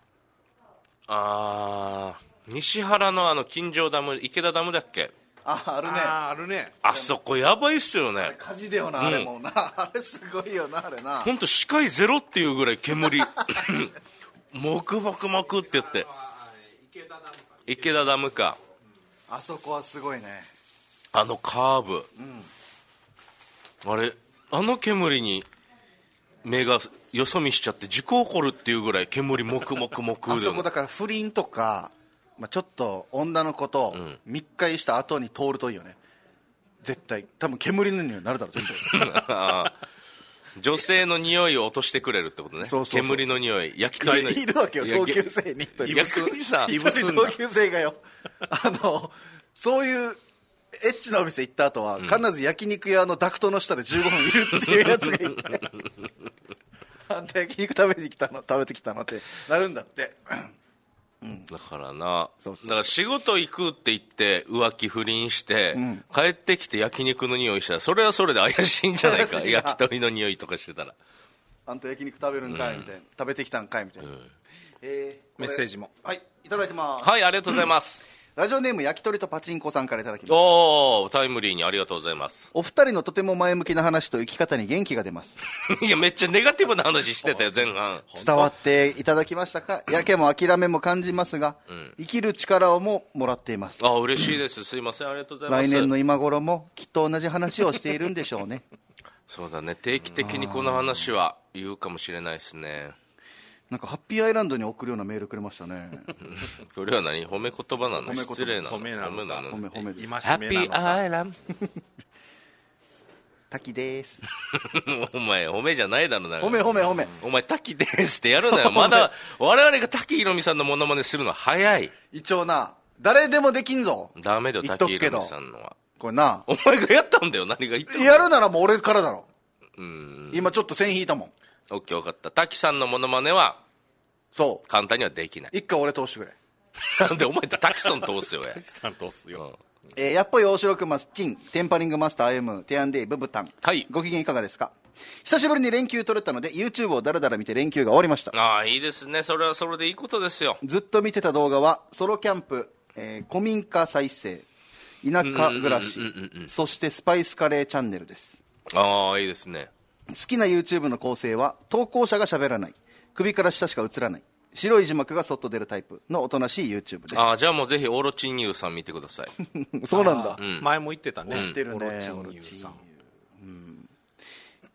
西原の金城ダム、池田ダムだっけ。 あるね。 あるね。 あそこやばいっすよね。 火事だよな、あれもな。あれすごいよな、あれな。 本当視界ゼロっていうぐらい煙もくもくもくって言って。池田ダムか。 あそこはすごいね。 カーブ、あれ、煙に目がよそ見しちゃって事故起こるっていうぐらい煙もくもくもくでも。 あそこだから不倫とか、ちょっと女の子と密会した後に通るといいよね、絶対。多分煙の匂いになるだろ全部女性の匂いを落としてくれるってことね。そう煙の匂い、焼き鳥のいるわけよ、同級生に。 逆にさ、 同級生がよそういうエッチなお店行った後は、必ず焼肉屋のダクトの下で15分いるっていうやつがいてあんた焼肉食べてきたのってなるんだってだからな、 そうそう、 だから仕事行くって言って浮気不倫して、帰ってきて焼肉の匂いしたらそれはそれで怪しいんじゃないか焼き鳥の匂いとかしてたら。 あんた焼肉食べるんかいみたいな、食べてきたんかいみたいな、 メッセージもいただいてます。 はい、ありがとうございます、 ラジオネーム焼き鳥とパチンコさんからいただきます。 タイムリーにありがとうございます。 お二人のとても前向きな話と生き方に元気が出ますいや、めっちゃネガティブな話してたよ前半。 伝わっていただきましたか。やけも諦めも感じますが、生きる力をももらっています。 嬉しいです、すいません、ありがとうございます。 来年の今頃もきっと同じ話をしているんでしょうねそうだね、定期的にこの話は言うかもしれないですね。 なんかハッピーアイランドに送るようなメールくれましたねこれは何、褒め言葉なの、 褒め言葉、 失礼なの、 褒めなのか、 褒めです。 ハッピーアイランド滝ですお前褒めじゃないだろな。 褒めお前滝ですってやるなよまだ我々が滝ひろみさんのモノマネするのは早い。 一応な、誰でもできんぞ。 ダメだよ滝ひろみさんのは。 これな、 お前がやったんだよ、何が言ってんの。 やるならもう俺からだろ。今ちょっと線引いたもん。 オッケー、分かった。滝さんのモノマネはそう簡単にはできない。 一回俺通してくれ。 なんでお前って滝さん通すよや。 滝さん通すよ、 やっぽい大城くまチンテンパリングマスター M テアンデイブブタン、 はい、 ご機嫌いかがですか。久しぶりに連休取れたので YouTube をだらだら見て連休が終わりました。 いいですね、それはそれでいいことですよ。 ずっと見てた動画はソロキャンプ、古民家再生、田舎暮らし、そしてスパイスカレーチャンネルです。 いいですね。 好きな YouTube の構成は投稿者が喋らない、首から下しか映らない、白い字幕がそっと出るタイプのおとなしい YouTube です。 じゃあもうぜひオロチンユーさん見てくださいそうなんだ、 前も言ってたね、 知ってるね、 オロチンユーさん。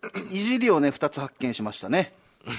いじりをね2つ発見しましたね。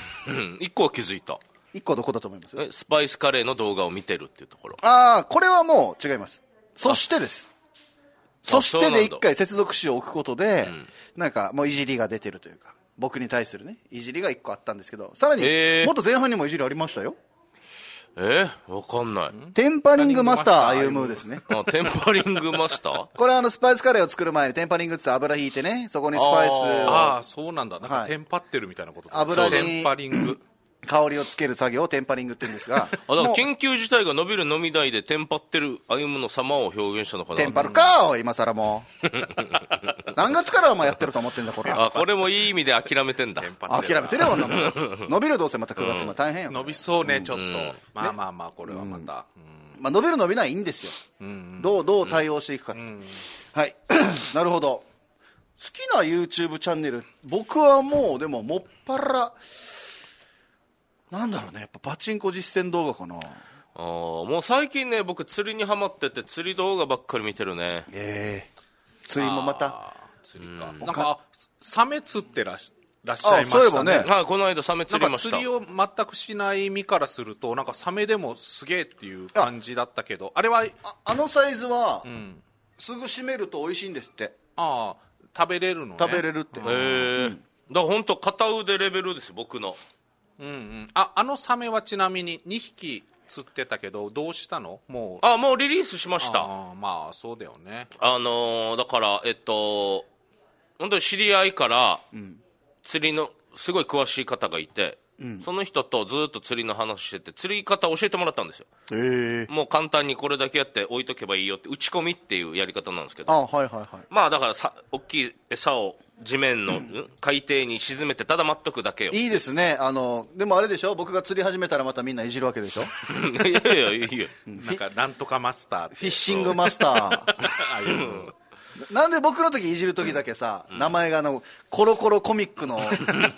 1個は気づいた。 1個はどこだと思います？ スパイスカレーの動画を見てるっていうところ。 ああ、これはもう違います。そしてです。そしてで1回接続詞を置くことで、なんかもういじりが出てるというか、僕に対するねいじりが1個あったんですけど、さらにもっと前半にもいじりありましたよ。 わかんない。 テンパリングマスター歩むですね。 テンパリングマスターこれスパイスカレーを作る前にテンパリングって油引いてね、そこにスパイスをそうなんだ。なんかテンパってるみたいなこと。 油にテンパリング香りをつける作業をテンパリングって言うんですが、 だから研究自体が伸びる飲み台でテンパってる歩むの様を表現したのかな。 テンパるかおい今更もう何月からお前やってると思ってんだこれ。 これもいい意味で諦めてんだ。 諦めてるよ女も伸びるどうせまた9月も大変よ。 伸びそうねちょっと、まあこれはまた、 伸びる伸びないいいんですよ、どう対応していくか、はいなるほど。好きな YouTube チャンネル、僕はもうでももっぱらなんだろうね、やっぱパチンコ実践動画かな。 もう最近ね僕釣りにハマってて釣り動画ばっかり見てるね。 釣りもまた釣りか、なんかサメ釣ってらっしゃいましたね。 そういえばね、 はい、この間サメ釣りました。 なんか釣りを全くしない身からするとなんかサメでもすげえっていう感じだったけど、あれはあのサイズは、すぐ締めると美味しいんですって。 食べれるのね。 食べれるって。 だから本当片腕レベルです僕の。 あのサメはちなみに2匹釣ってたけどどうしたの？もうリリースしました。 まあそうだよね。 だから本当に知り合いから、釣りのすごい詳しい方がいて、その人とずっと釣りの話してて釣り方教えてもらったんですよ。もう簡単にこれだけやって置いとけばいいよって打ち込みっていうやり方なんですけど、まあだから大きい餌を地面の、海底に沈めてただ待っとくだけよ。 いいですね。でもあれでしょ、僕が釣り始めたらまたみんないじるわけでしょいやいいよなんかなんとかマスター、 フィッシングマスターなんで僕の時いじる時だけさ、名前がコロコロコミックの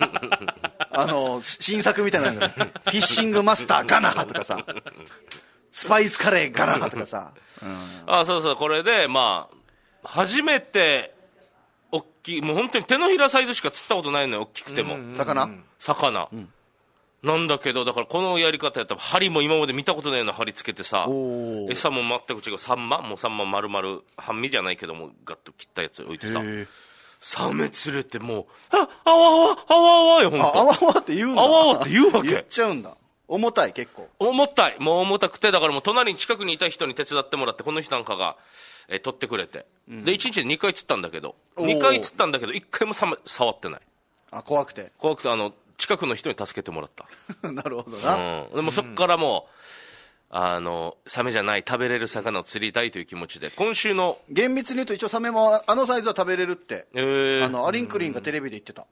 新作みたいなのが、フィッシングマスターガナーとかさ、スパイスカレーガナーとかさ、 そうこれでまあ初めて大きい、もう本当に手のひらサイズしか釣ったことないのよ、大きくても。魚、なんだけど、だからこのやり方やったら針も今まで見たことないような針つけてさ、餌も全く違うサンマ丸々半身じゃないけどもガッと切ったやつ置いてさ、サメ釣れてもうあわよ。本当あわわって言うんだ。 あわわって言うわけ。 言っちゃうんだ。重たい。結構重たい。もう重たくて、だからもう隣に近くにいた人に手伝ってもらって、この人なんかが取ってくれて、で1日で2回釣ったんだけど1回もサメ触ってない。怖くて近くの人に助けてもらったなるほどな、 でもそこからもうサメじゃない食べれる魚を釣りたいという気持ちで、今週の厳密に言うと一応サメもサイズは食べれるって、アリンクリンがテレビで言ってた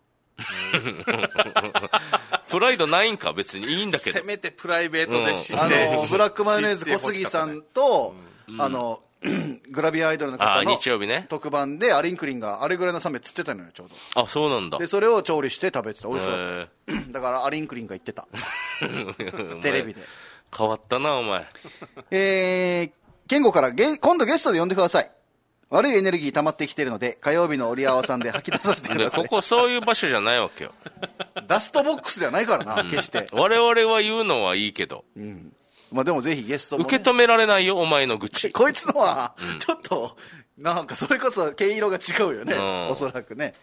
プライドないんか、別にいいんだけど、 せめてプライベートで知って、 ブラックマヨネーズ小杉さんと、グラビアアイドルの方の日曜日ね特番でアリンクリンがあれぐらいのサメ釣ってたのよちょうど。 そうなんだ。 でそれを調理して食べてた。美味しそうだった。だからアリンクリンが言ってたテレビで。 変わったなお前。 健吾から今度ゲストで呼んでください。悪いエネルギー溜まってきてるので火曜日の折り合わさんで吐き出させてください。 ここそういう場所じゃないわけよダストボックスじゃないからな、決して我々は言うのはいいけど、 まあでもぜひゲストも、ね、 受け止められないよお前の愚痴こいつのはちょっとなんかそれこそ毛色が違うよね、おそらくね。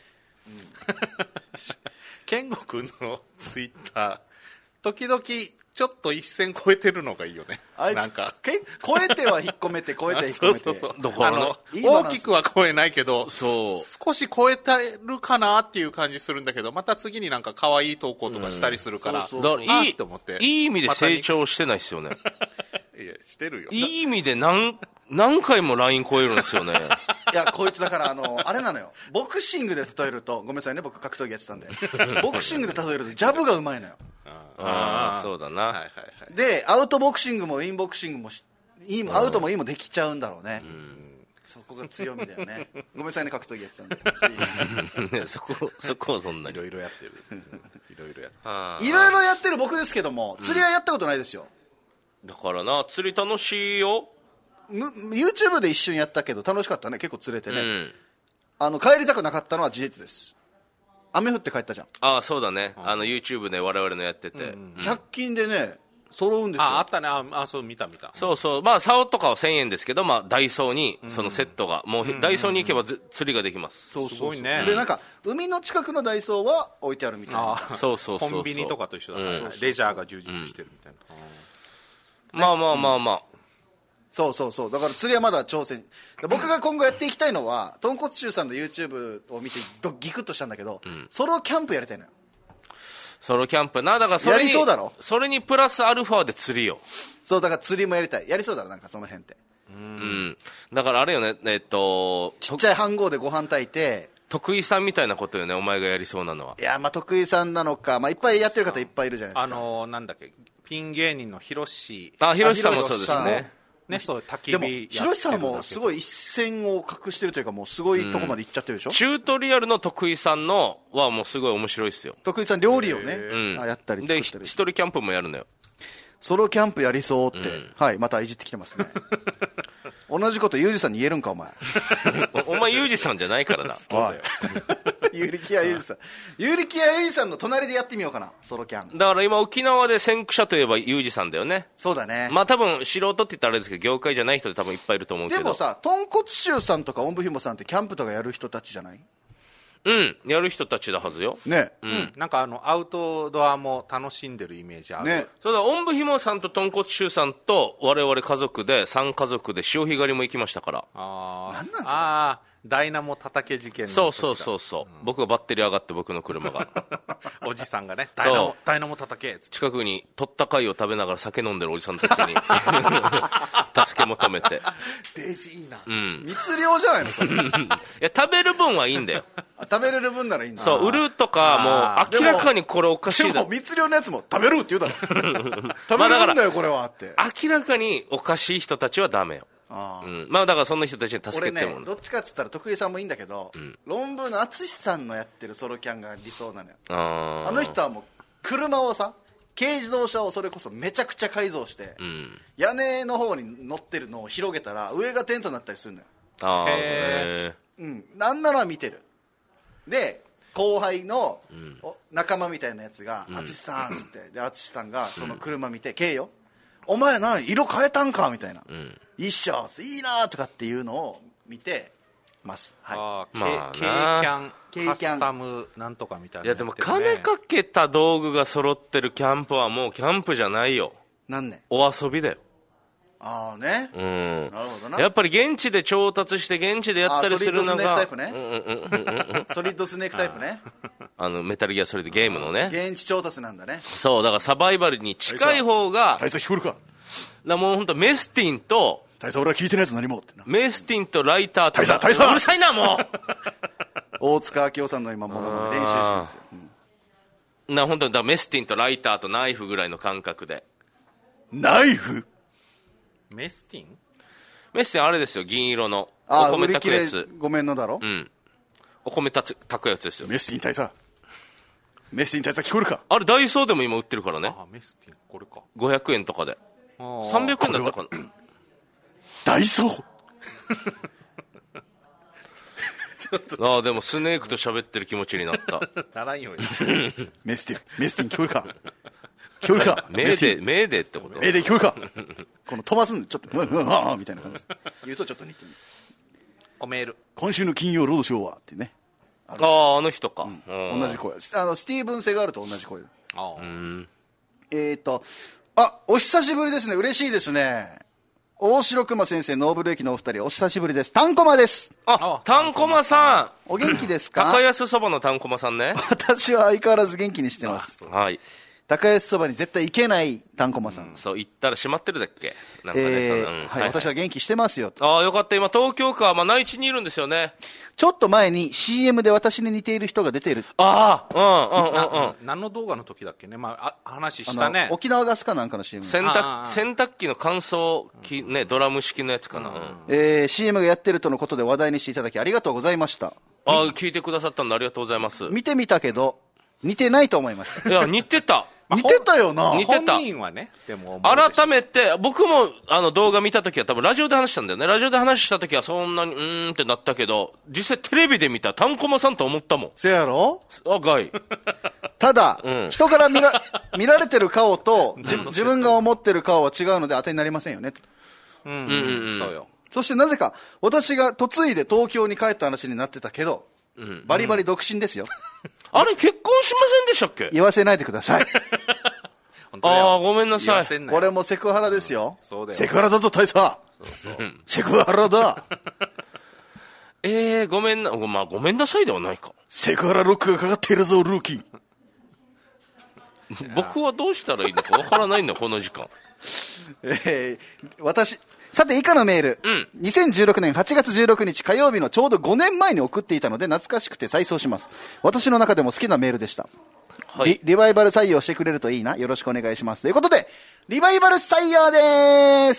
健吾君のツイッター時々ちょっと一線超えてるのがいいよね。 あいつなんか超えては引っ込めて超えては引っ込めてそうだから大きくは超えないけどそう少し超えてるかなっていう感じするんだけど、また次になんか可愛い投稿とかしたりするから、 いいと思って、いい意味で成長してないですよねいやしてるよ。 いい意味で何回もライン超えるんですよねいやこいつだからあれなのよ、ボクシングで例えると、ごめんなさいね僕格闘技やってたんでボクシングで例えるとジャブがうまいのよ。 そうだな、 でアウトボクシングもインボクシングもアウトもインもできちゃうんだろうね、そこが強みだよねごめんなさいね格闘技やってたんでそこはそんなにいろいろやってるいろいろやってる僕ですけども、釣りはやったことないですよ。 だからな釣り楽しいよ。 YouTube で一瞬やったけど楽しかったね、結構釣れてね、帰りたくなかったのは事実です。 雨降って帰ったじゃん。 ああ、そうだね。YouTube で我々のやってて。 100均でね、揃うんですよ。 あったね。そう見た。 そうそう。まあ、竿とかは1000円ですけど、まあ、ダイソーに、そのセットが、もう、ダイソーに行けば釣りができます。 そうすごいね。 で、なんか、海の近くのダイソーは置いてあるみたいな。 そう。 コンビニとかと一緒だから、レジャーが充実してるみたいな。まあ。 そう。だから釣りはまだ挑戦。僕が今後やっていきたいのは、豚骨臭さんの YouTube を見てギクッとしたんだけど、ソロキャンプやりたいのよ。 ソロキャンプな。だからそれに、 やりそうだろ？ それにプラスアルファで釣りよ。 そう、だから釣りもやりたい。やりそうだろ、なんかその辺って。 だからあれよね、 ちっちゃい飯盒でご飯炊いて、 徳井さんみたいなことよね、お前がやりそうなのは。 いや、まあ徳井さんなのか、まあいっぱいやってる方いっぱいいるじゃないですか。 なんだっけ、ピン芸人のヒロシ。 ヒロシさんもそうですね。 ね、そう、焚き火でもヒロシさんもすごい一線を隠してるというか、もうすごいとこまで行っちゃってるでしょ。 チュートリアルの徳井さんのはもうすごい面白いですよ。 徳井さん料理をね、やったり作ったり。 で、一人キャンプもやるのよ。 ソロキャンプやりそうって、はい、またいじってきてますね。同じことユージさんに言えるんか、お前。 お前ユージさんじゃないからな。 おい。ユリキヤユージさん。ユリキヤユージさんの隣でやってみようかな、ソロキャン。 だから今沖縄で先駆者といえばユージさんだよね。 そうだね。 まあ多分素人って言ったらあれですけど、業界じゃない人で多分いっぱいいると思うけど。 でもさ、豚骨臭さんとかおんぶひもさんってキャンプとかやる人たちじゃない？ やる人たちだはずよ。 ね。 なんかアウトドアも楽しんでるイメージある。 ね。 そうだ、おんぶひもさんと豚骨臭さんと我々家族で、3家族で潮干狩りも行きましたから。 なんなんですか？ ダイナモ叩け事件のそう。僕がバッテリー上がって僕の車が。 おじさんがね、 そうダイナモ叩け。 近くに取った貝を食べながら酒飲んでるおじさんたちに助け求めて。 デジいいな。 密漁じゃないのそれ。 いや、食べる分はいいんだよ。 食べれる分ならいいんだ。 そう、売るとかもう明らかにこれおかしいだでも密漁のやつも食べるって言うだろ。食べれるんだよこれはって。 明らかにおかしい人たちはダメよ。まあだからそんな人たちに助けても俺ね、どっちかっつったら徳井さんもいいんだけど、論文の淳さんのやってるソロキャンが理想なのよ。あの人はもう車をさ、軽自動車をそれこそめちゃくちゃ改造して、屋根の方に乗ってるのを広げたら上がテントになったりするのよ。なんなら見てる。で後輩の仲間みたいなやつが淳さんっつって、で淳さんがその車見て、軽よお前何色変えたんかみたいな、いいっしょいいなとかっていうのを見てます。はい。 軽キャンカスタムなんとかみたいな、 いやでも金かけた道具が揃ってるキャンプはもうキャンプじゃないよ。 なんね。 お遊びだよ。 ああね。なるほどな。 やっぱり現地で調達して現地でやったりするのがソリッドスネークタイプね。ソリッドスネークタイプね。 メタルギアソリッドゲームのね。 現地調達なんだね。 そうだからサバイバルに近い方が。 大佐聞こえるか。 だもう本当メスティンと。 大佐俺は聞いてないやつ何もってな。 メスティンとライターと。 大佐うるさいなもう。 大塚明夫さんの今もの練習してるんですよ。 本当だメスティンとライターとナイフぐらいの感覚で。 ナイフ？ メスティンあれですよ、銀色のお米炊くやつ。 ごめんのだろ。 お米炊くやつですよ。 メスティン大佐聞こえるか。 あれダイソーでも今売ってるからね。 メスティンこれか。 500円とかで300円だったかな。 ダイソーでもスネークと喋ってる気持ちになった。 ならんよメスティン聞こえるか。聞こえるか。 メーデーってこと？ メーデー聞こえるか。この飛ばすんでちょっとみたいな感じで言うとちょっと似てる。 おメール。 今週の金曜ロードショーはってね。 あの人か。 同じ声。スティーブン・セガールと同じ声。お久しぶりですね。嬉しいですね。大城熊先生、ノーブル駅のお二人、お久しぶりです。タンコマです。 タンコマさん。お元気ですか？ 高安そばのタンコマさんね。 私は相変わらず元気にしてます。 はい。 高安そばに絶対行けないタンコマさん。 そう、行ったら閉まってるだっけなんかね。 はい、私は元気してますよと。 よかった。今、東京か。内地にいるんですよね。 ちょっと前に CM で私に似ている人が出ている。 何の動画の時だっけね。話したね。 沖縄ガスかなんかの CM。 洗濯機の乾燥機ね、ドラム式のやつかな。 CM がやってるとのことで話題にしていただきありがとうございました。 聞いてくださったんでありがとうございます。 見てみたけど、似てないと思いました。 いや、似てた。 似てたよな。 似てた。 本人はね、でも改めて、僕も動画見たときは多分ラジオで話したんだよね。ラジオで話したときはそんなにってなったけど、実際テレビで見たタンコマさんと思ったもん。 せやろ？ ガイ。 ただ、人から見られてる顔と自分が思ってる顔は違うので当てになりませんよね。 そうよ。 そしてなぜか私が嫁いで東京に帰った話になってたけど、バリバリ独身ですよ。 あれ結婚しませんでしたっけ？ 言わせないでください。 ああ、ごめんなさい。 これもセクハラですよ。 そうだよ。 セクハラだぞ大佐。セクハラだ。 ごめんな、ごめんなさいではないか。 セクハラロックがかかっているぞルーキー。 僕はどうしたらいいのかわからないんだこの時間。 さて以下のメール、2016年8月16日火曜日のちょうど5年前に送っていたので懐かしくて再送します。私の中でも好きなメールでした。はい、リバイバル採用してくれるといいな。よろしくお願いします。ということでリバイバル採用です。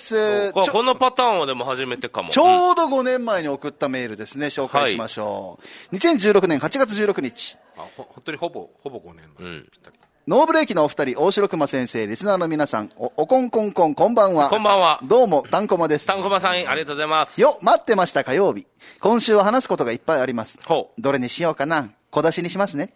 このパターンはでも初めてかも。 ちょうど5年前に送ったメールですね。紹介しましょう。2016年8月16日。 本当にほぼ5年前、ぴったり。 ノーブレーキのお二人、大城熊先生、リスナーの皆さん、おこんこんこん、こんばんは。 こんばんは。 どうも、タンコマです。 タンコマさん、ありがとうございます。 待ってました火曜日。今週は話すことがいっぱいあります。どれにしようかな。小出しにしますね。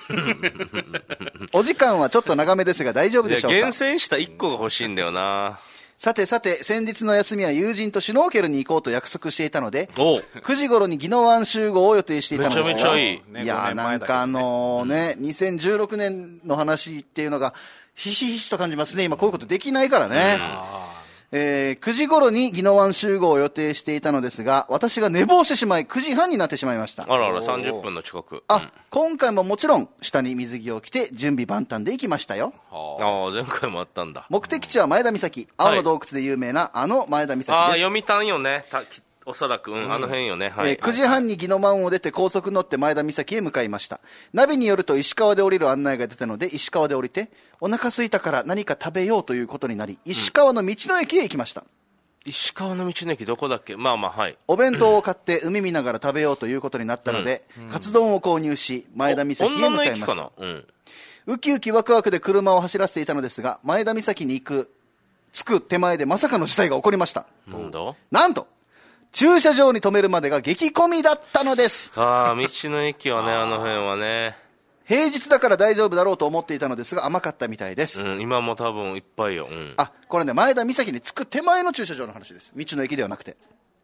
お時間はちょっと長めですが大丈夫でしょうか。 厳選した1個が欲しいんだよな。 さて先日の休みは友人とシュノーケルに行こうと約束していたので、9時頃に宜野湾集合を予定していたのですが、 めちゃめちゃいい。 いやなんか2016年の話っていうのがひしひしと感じますね。今こういうことできないからね。9時頃に宜野湾集合を予定していたのですが、私が寝坊してしまい9時半になってしまいました。 あらあら、30分の遅刻。 今回ももちろん下に水着を着て準備万端で行きましたよ。 前回もあったんだ。 目的地は前田岬、青の洞窟で有名な前田岬です。 読谷よね、おそらく、あの辺よね。 9時半に宜野湾を出て高速乗って前田岬へ向かいました。ナビによると石川で降りる案内が出たので石川で降りて、お腹空いたから何か食べようということになり、石川の道の駅へ行きました。 石川の道の駅どこだっけ？ お弁当を買って海見ながら食べようということになったので、カツ丼を購入し前田岬へ向かいました。ウキウキワクワクで車を走らせていたのですが、前田岬に着く手前でまさかの事態が起こりました。なんと駐車場に止めるまでが激混みだったのです。 道の駅はね、あの辺はね、 平日だから大丈夫だろうと思っていたのですが甘かったみたいです。 今も多分いっぱいよ。 これね、前田岬に着く手前の駐車場の話です。道の駅ではなくて。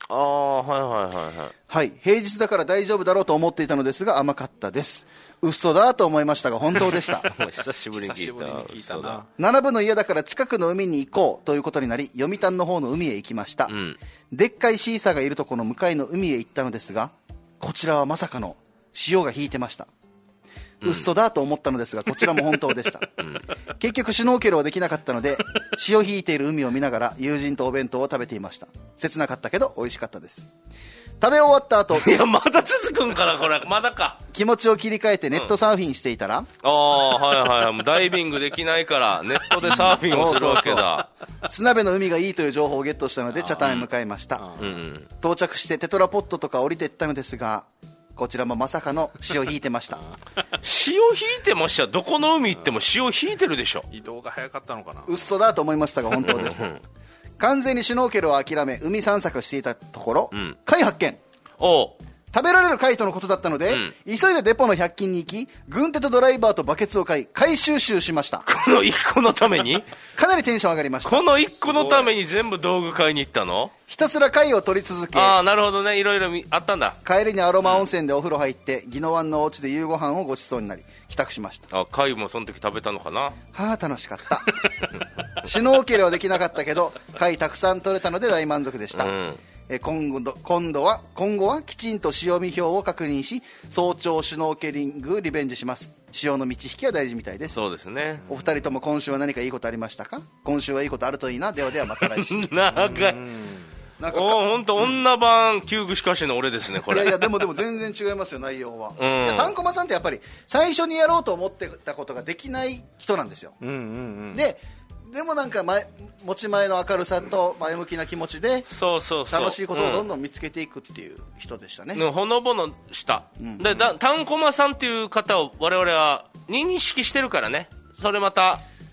はい、平日だから大丈夫だろうと思っていたのですが甘かったです。嘘だと思いましたが本当でした。 久しぶりに聞いたな。 並ぶの嫌だから近くの海に行こうということになり、読谷の方の海へ行きました。でっかいシーサーがいるところの向かいの海へ行ったのですが、こちらはまさかの潮が引いてました。嘘だと思ったのですがこちらも本当でした。結局シュノーケルはできなかったので潮引いている海を見ながら友人とお弁当を食べていました。切なかったけど美味しかったです。食べ終わった後、 いやまだ続くんかなこれ、まだか。 気持ちを切り替えてネットサーフィンしていたら、 もうダイビングできないからネットでサーフィンをするわけだ。 砂辺の海がいいという情報をゲットしたので北谷へ向かいました。到着してテトラポットとか降りていったのですが、こちらもまさかの潮引いてました。 潮引いてました。どこの海行っても潮引いてるでしょ。 移動が早かったのかな。 嘘だと思いましたが本当でした。完全にシュノーケルを諦め海散策していたところ、貝発見。食べられる貝とのことだったので、急いでデポの100均に行き、軍手とドライバーとバケツを買い回収集しました。 この1個のためにかなりテンション上がりました。 この1個のために全部道具買いに行ったの？ ひたすら貝を取り続け、 なるほどね、いろいろあったんだ。 帰りにアロマ温泉でお風呂入って宜野湾のお家で夕ご飯をごちそうになり帰宅しました。貝もその時食べたのかな。 楽しかったシュノーケルはできなかったけど貝たくさん取れたので大満足でした。今後はきちんと潮見表を確認し早朝シュノーケリングリベンジします。潮の満ち引きは大事みたいです。 そうですね。 お二人とも今週は何かいいことありましたか？今週はいいことあるといいな。ではではまた来週。 長い。本当女版旧具しかしの俺ですねこれ。 いやでも全然違いますよ内容は。タンコマさんってやっぱり最初にやろうと思ってたことができない人なんですよ。でもなんか持ち前の明るさと前向きな気持ちで楽しいことをどんどん見つけていくっていう人でしたね。 ほのぼのした、タンコマさんっていう方を我々は認識してるからね。それまた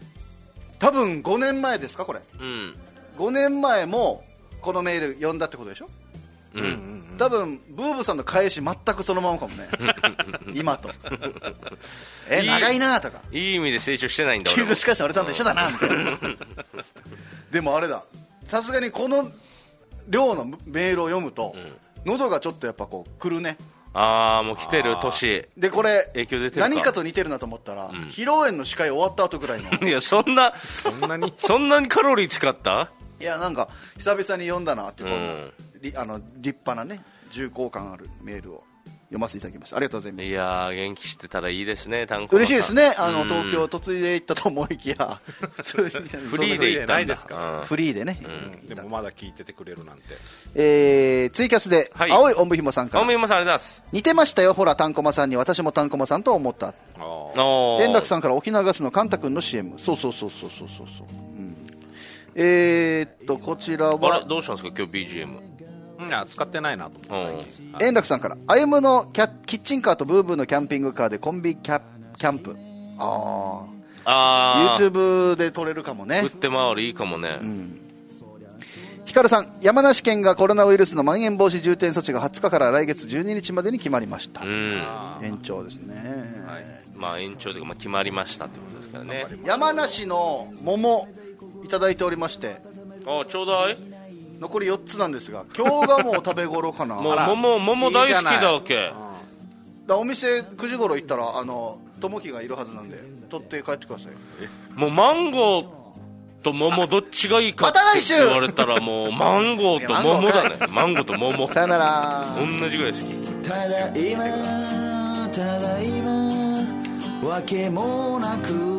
多分5年前ですかこれ、5年前もこのメール読んだってことでしょ。多分ブーブさんの返し全くそのままかもね今と長いなとかいい意味で成長してないんだ俺しかし俺さんと一緒だなみたいなでもあれだ、さすがにこの量のメールを読むと、喉がちょっとやっぱこうくるね。 ああもう来てる年でこれ影響出てるか何かと似てるなと思ったら、披露宴の司会終わった後ぐらいのいやそんなにカロリー使った。 いやなんか久々に読んだなっていう、立派なね重厚感あるメールを読ませていただきました。ありがとうございます。 いや元気してたらいいですね。 嬉しいですね。東京嫁いで行ったと思いきやフリーで行ったんですか。 フリーでね、 でもまだ聞いててくれるなんて。ツイキャスで、青いおんぶひもさんから、 おんぶひもさんありがとうございます。 似てましたよほらたんこまさんに私もたんこまさんと思った。円楽さんから沖縄ガスのカンタ君の CM。 そう、こちらはあれどうしたんですか今日 BGM。 使ってないなと思って最近。 円楽さんから歩夢のキッチンカーとブーブーのキャンピングカーでコンビキャンプ。YouTube で撮れるかもね。 打って回るいいかもね。 ヒカルさん、山梨県がコロナウイルスのまん延防止重点措置が20日から来月12日までに決まりました。延長ですね。 延長というか決まりましたってことですからね。 山梨の桃いただいておりまして、 ちょうだい。 残り4つなんですが、今日がもう食べ頃かな。 もう桃大好きだわけ。 お店9時頃行ったら友樹がいるはずなんで取って帰ってください。 もうマンゴーと桃どっちがいいかって言われたらもうマンゴーと桃だね。マンゴーと桃。 さよなら。 同じぐらい好き。 ただいまわけもなく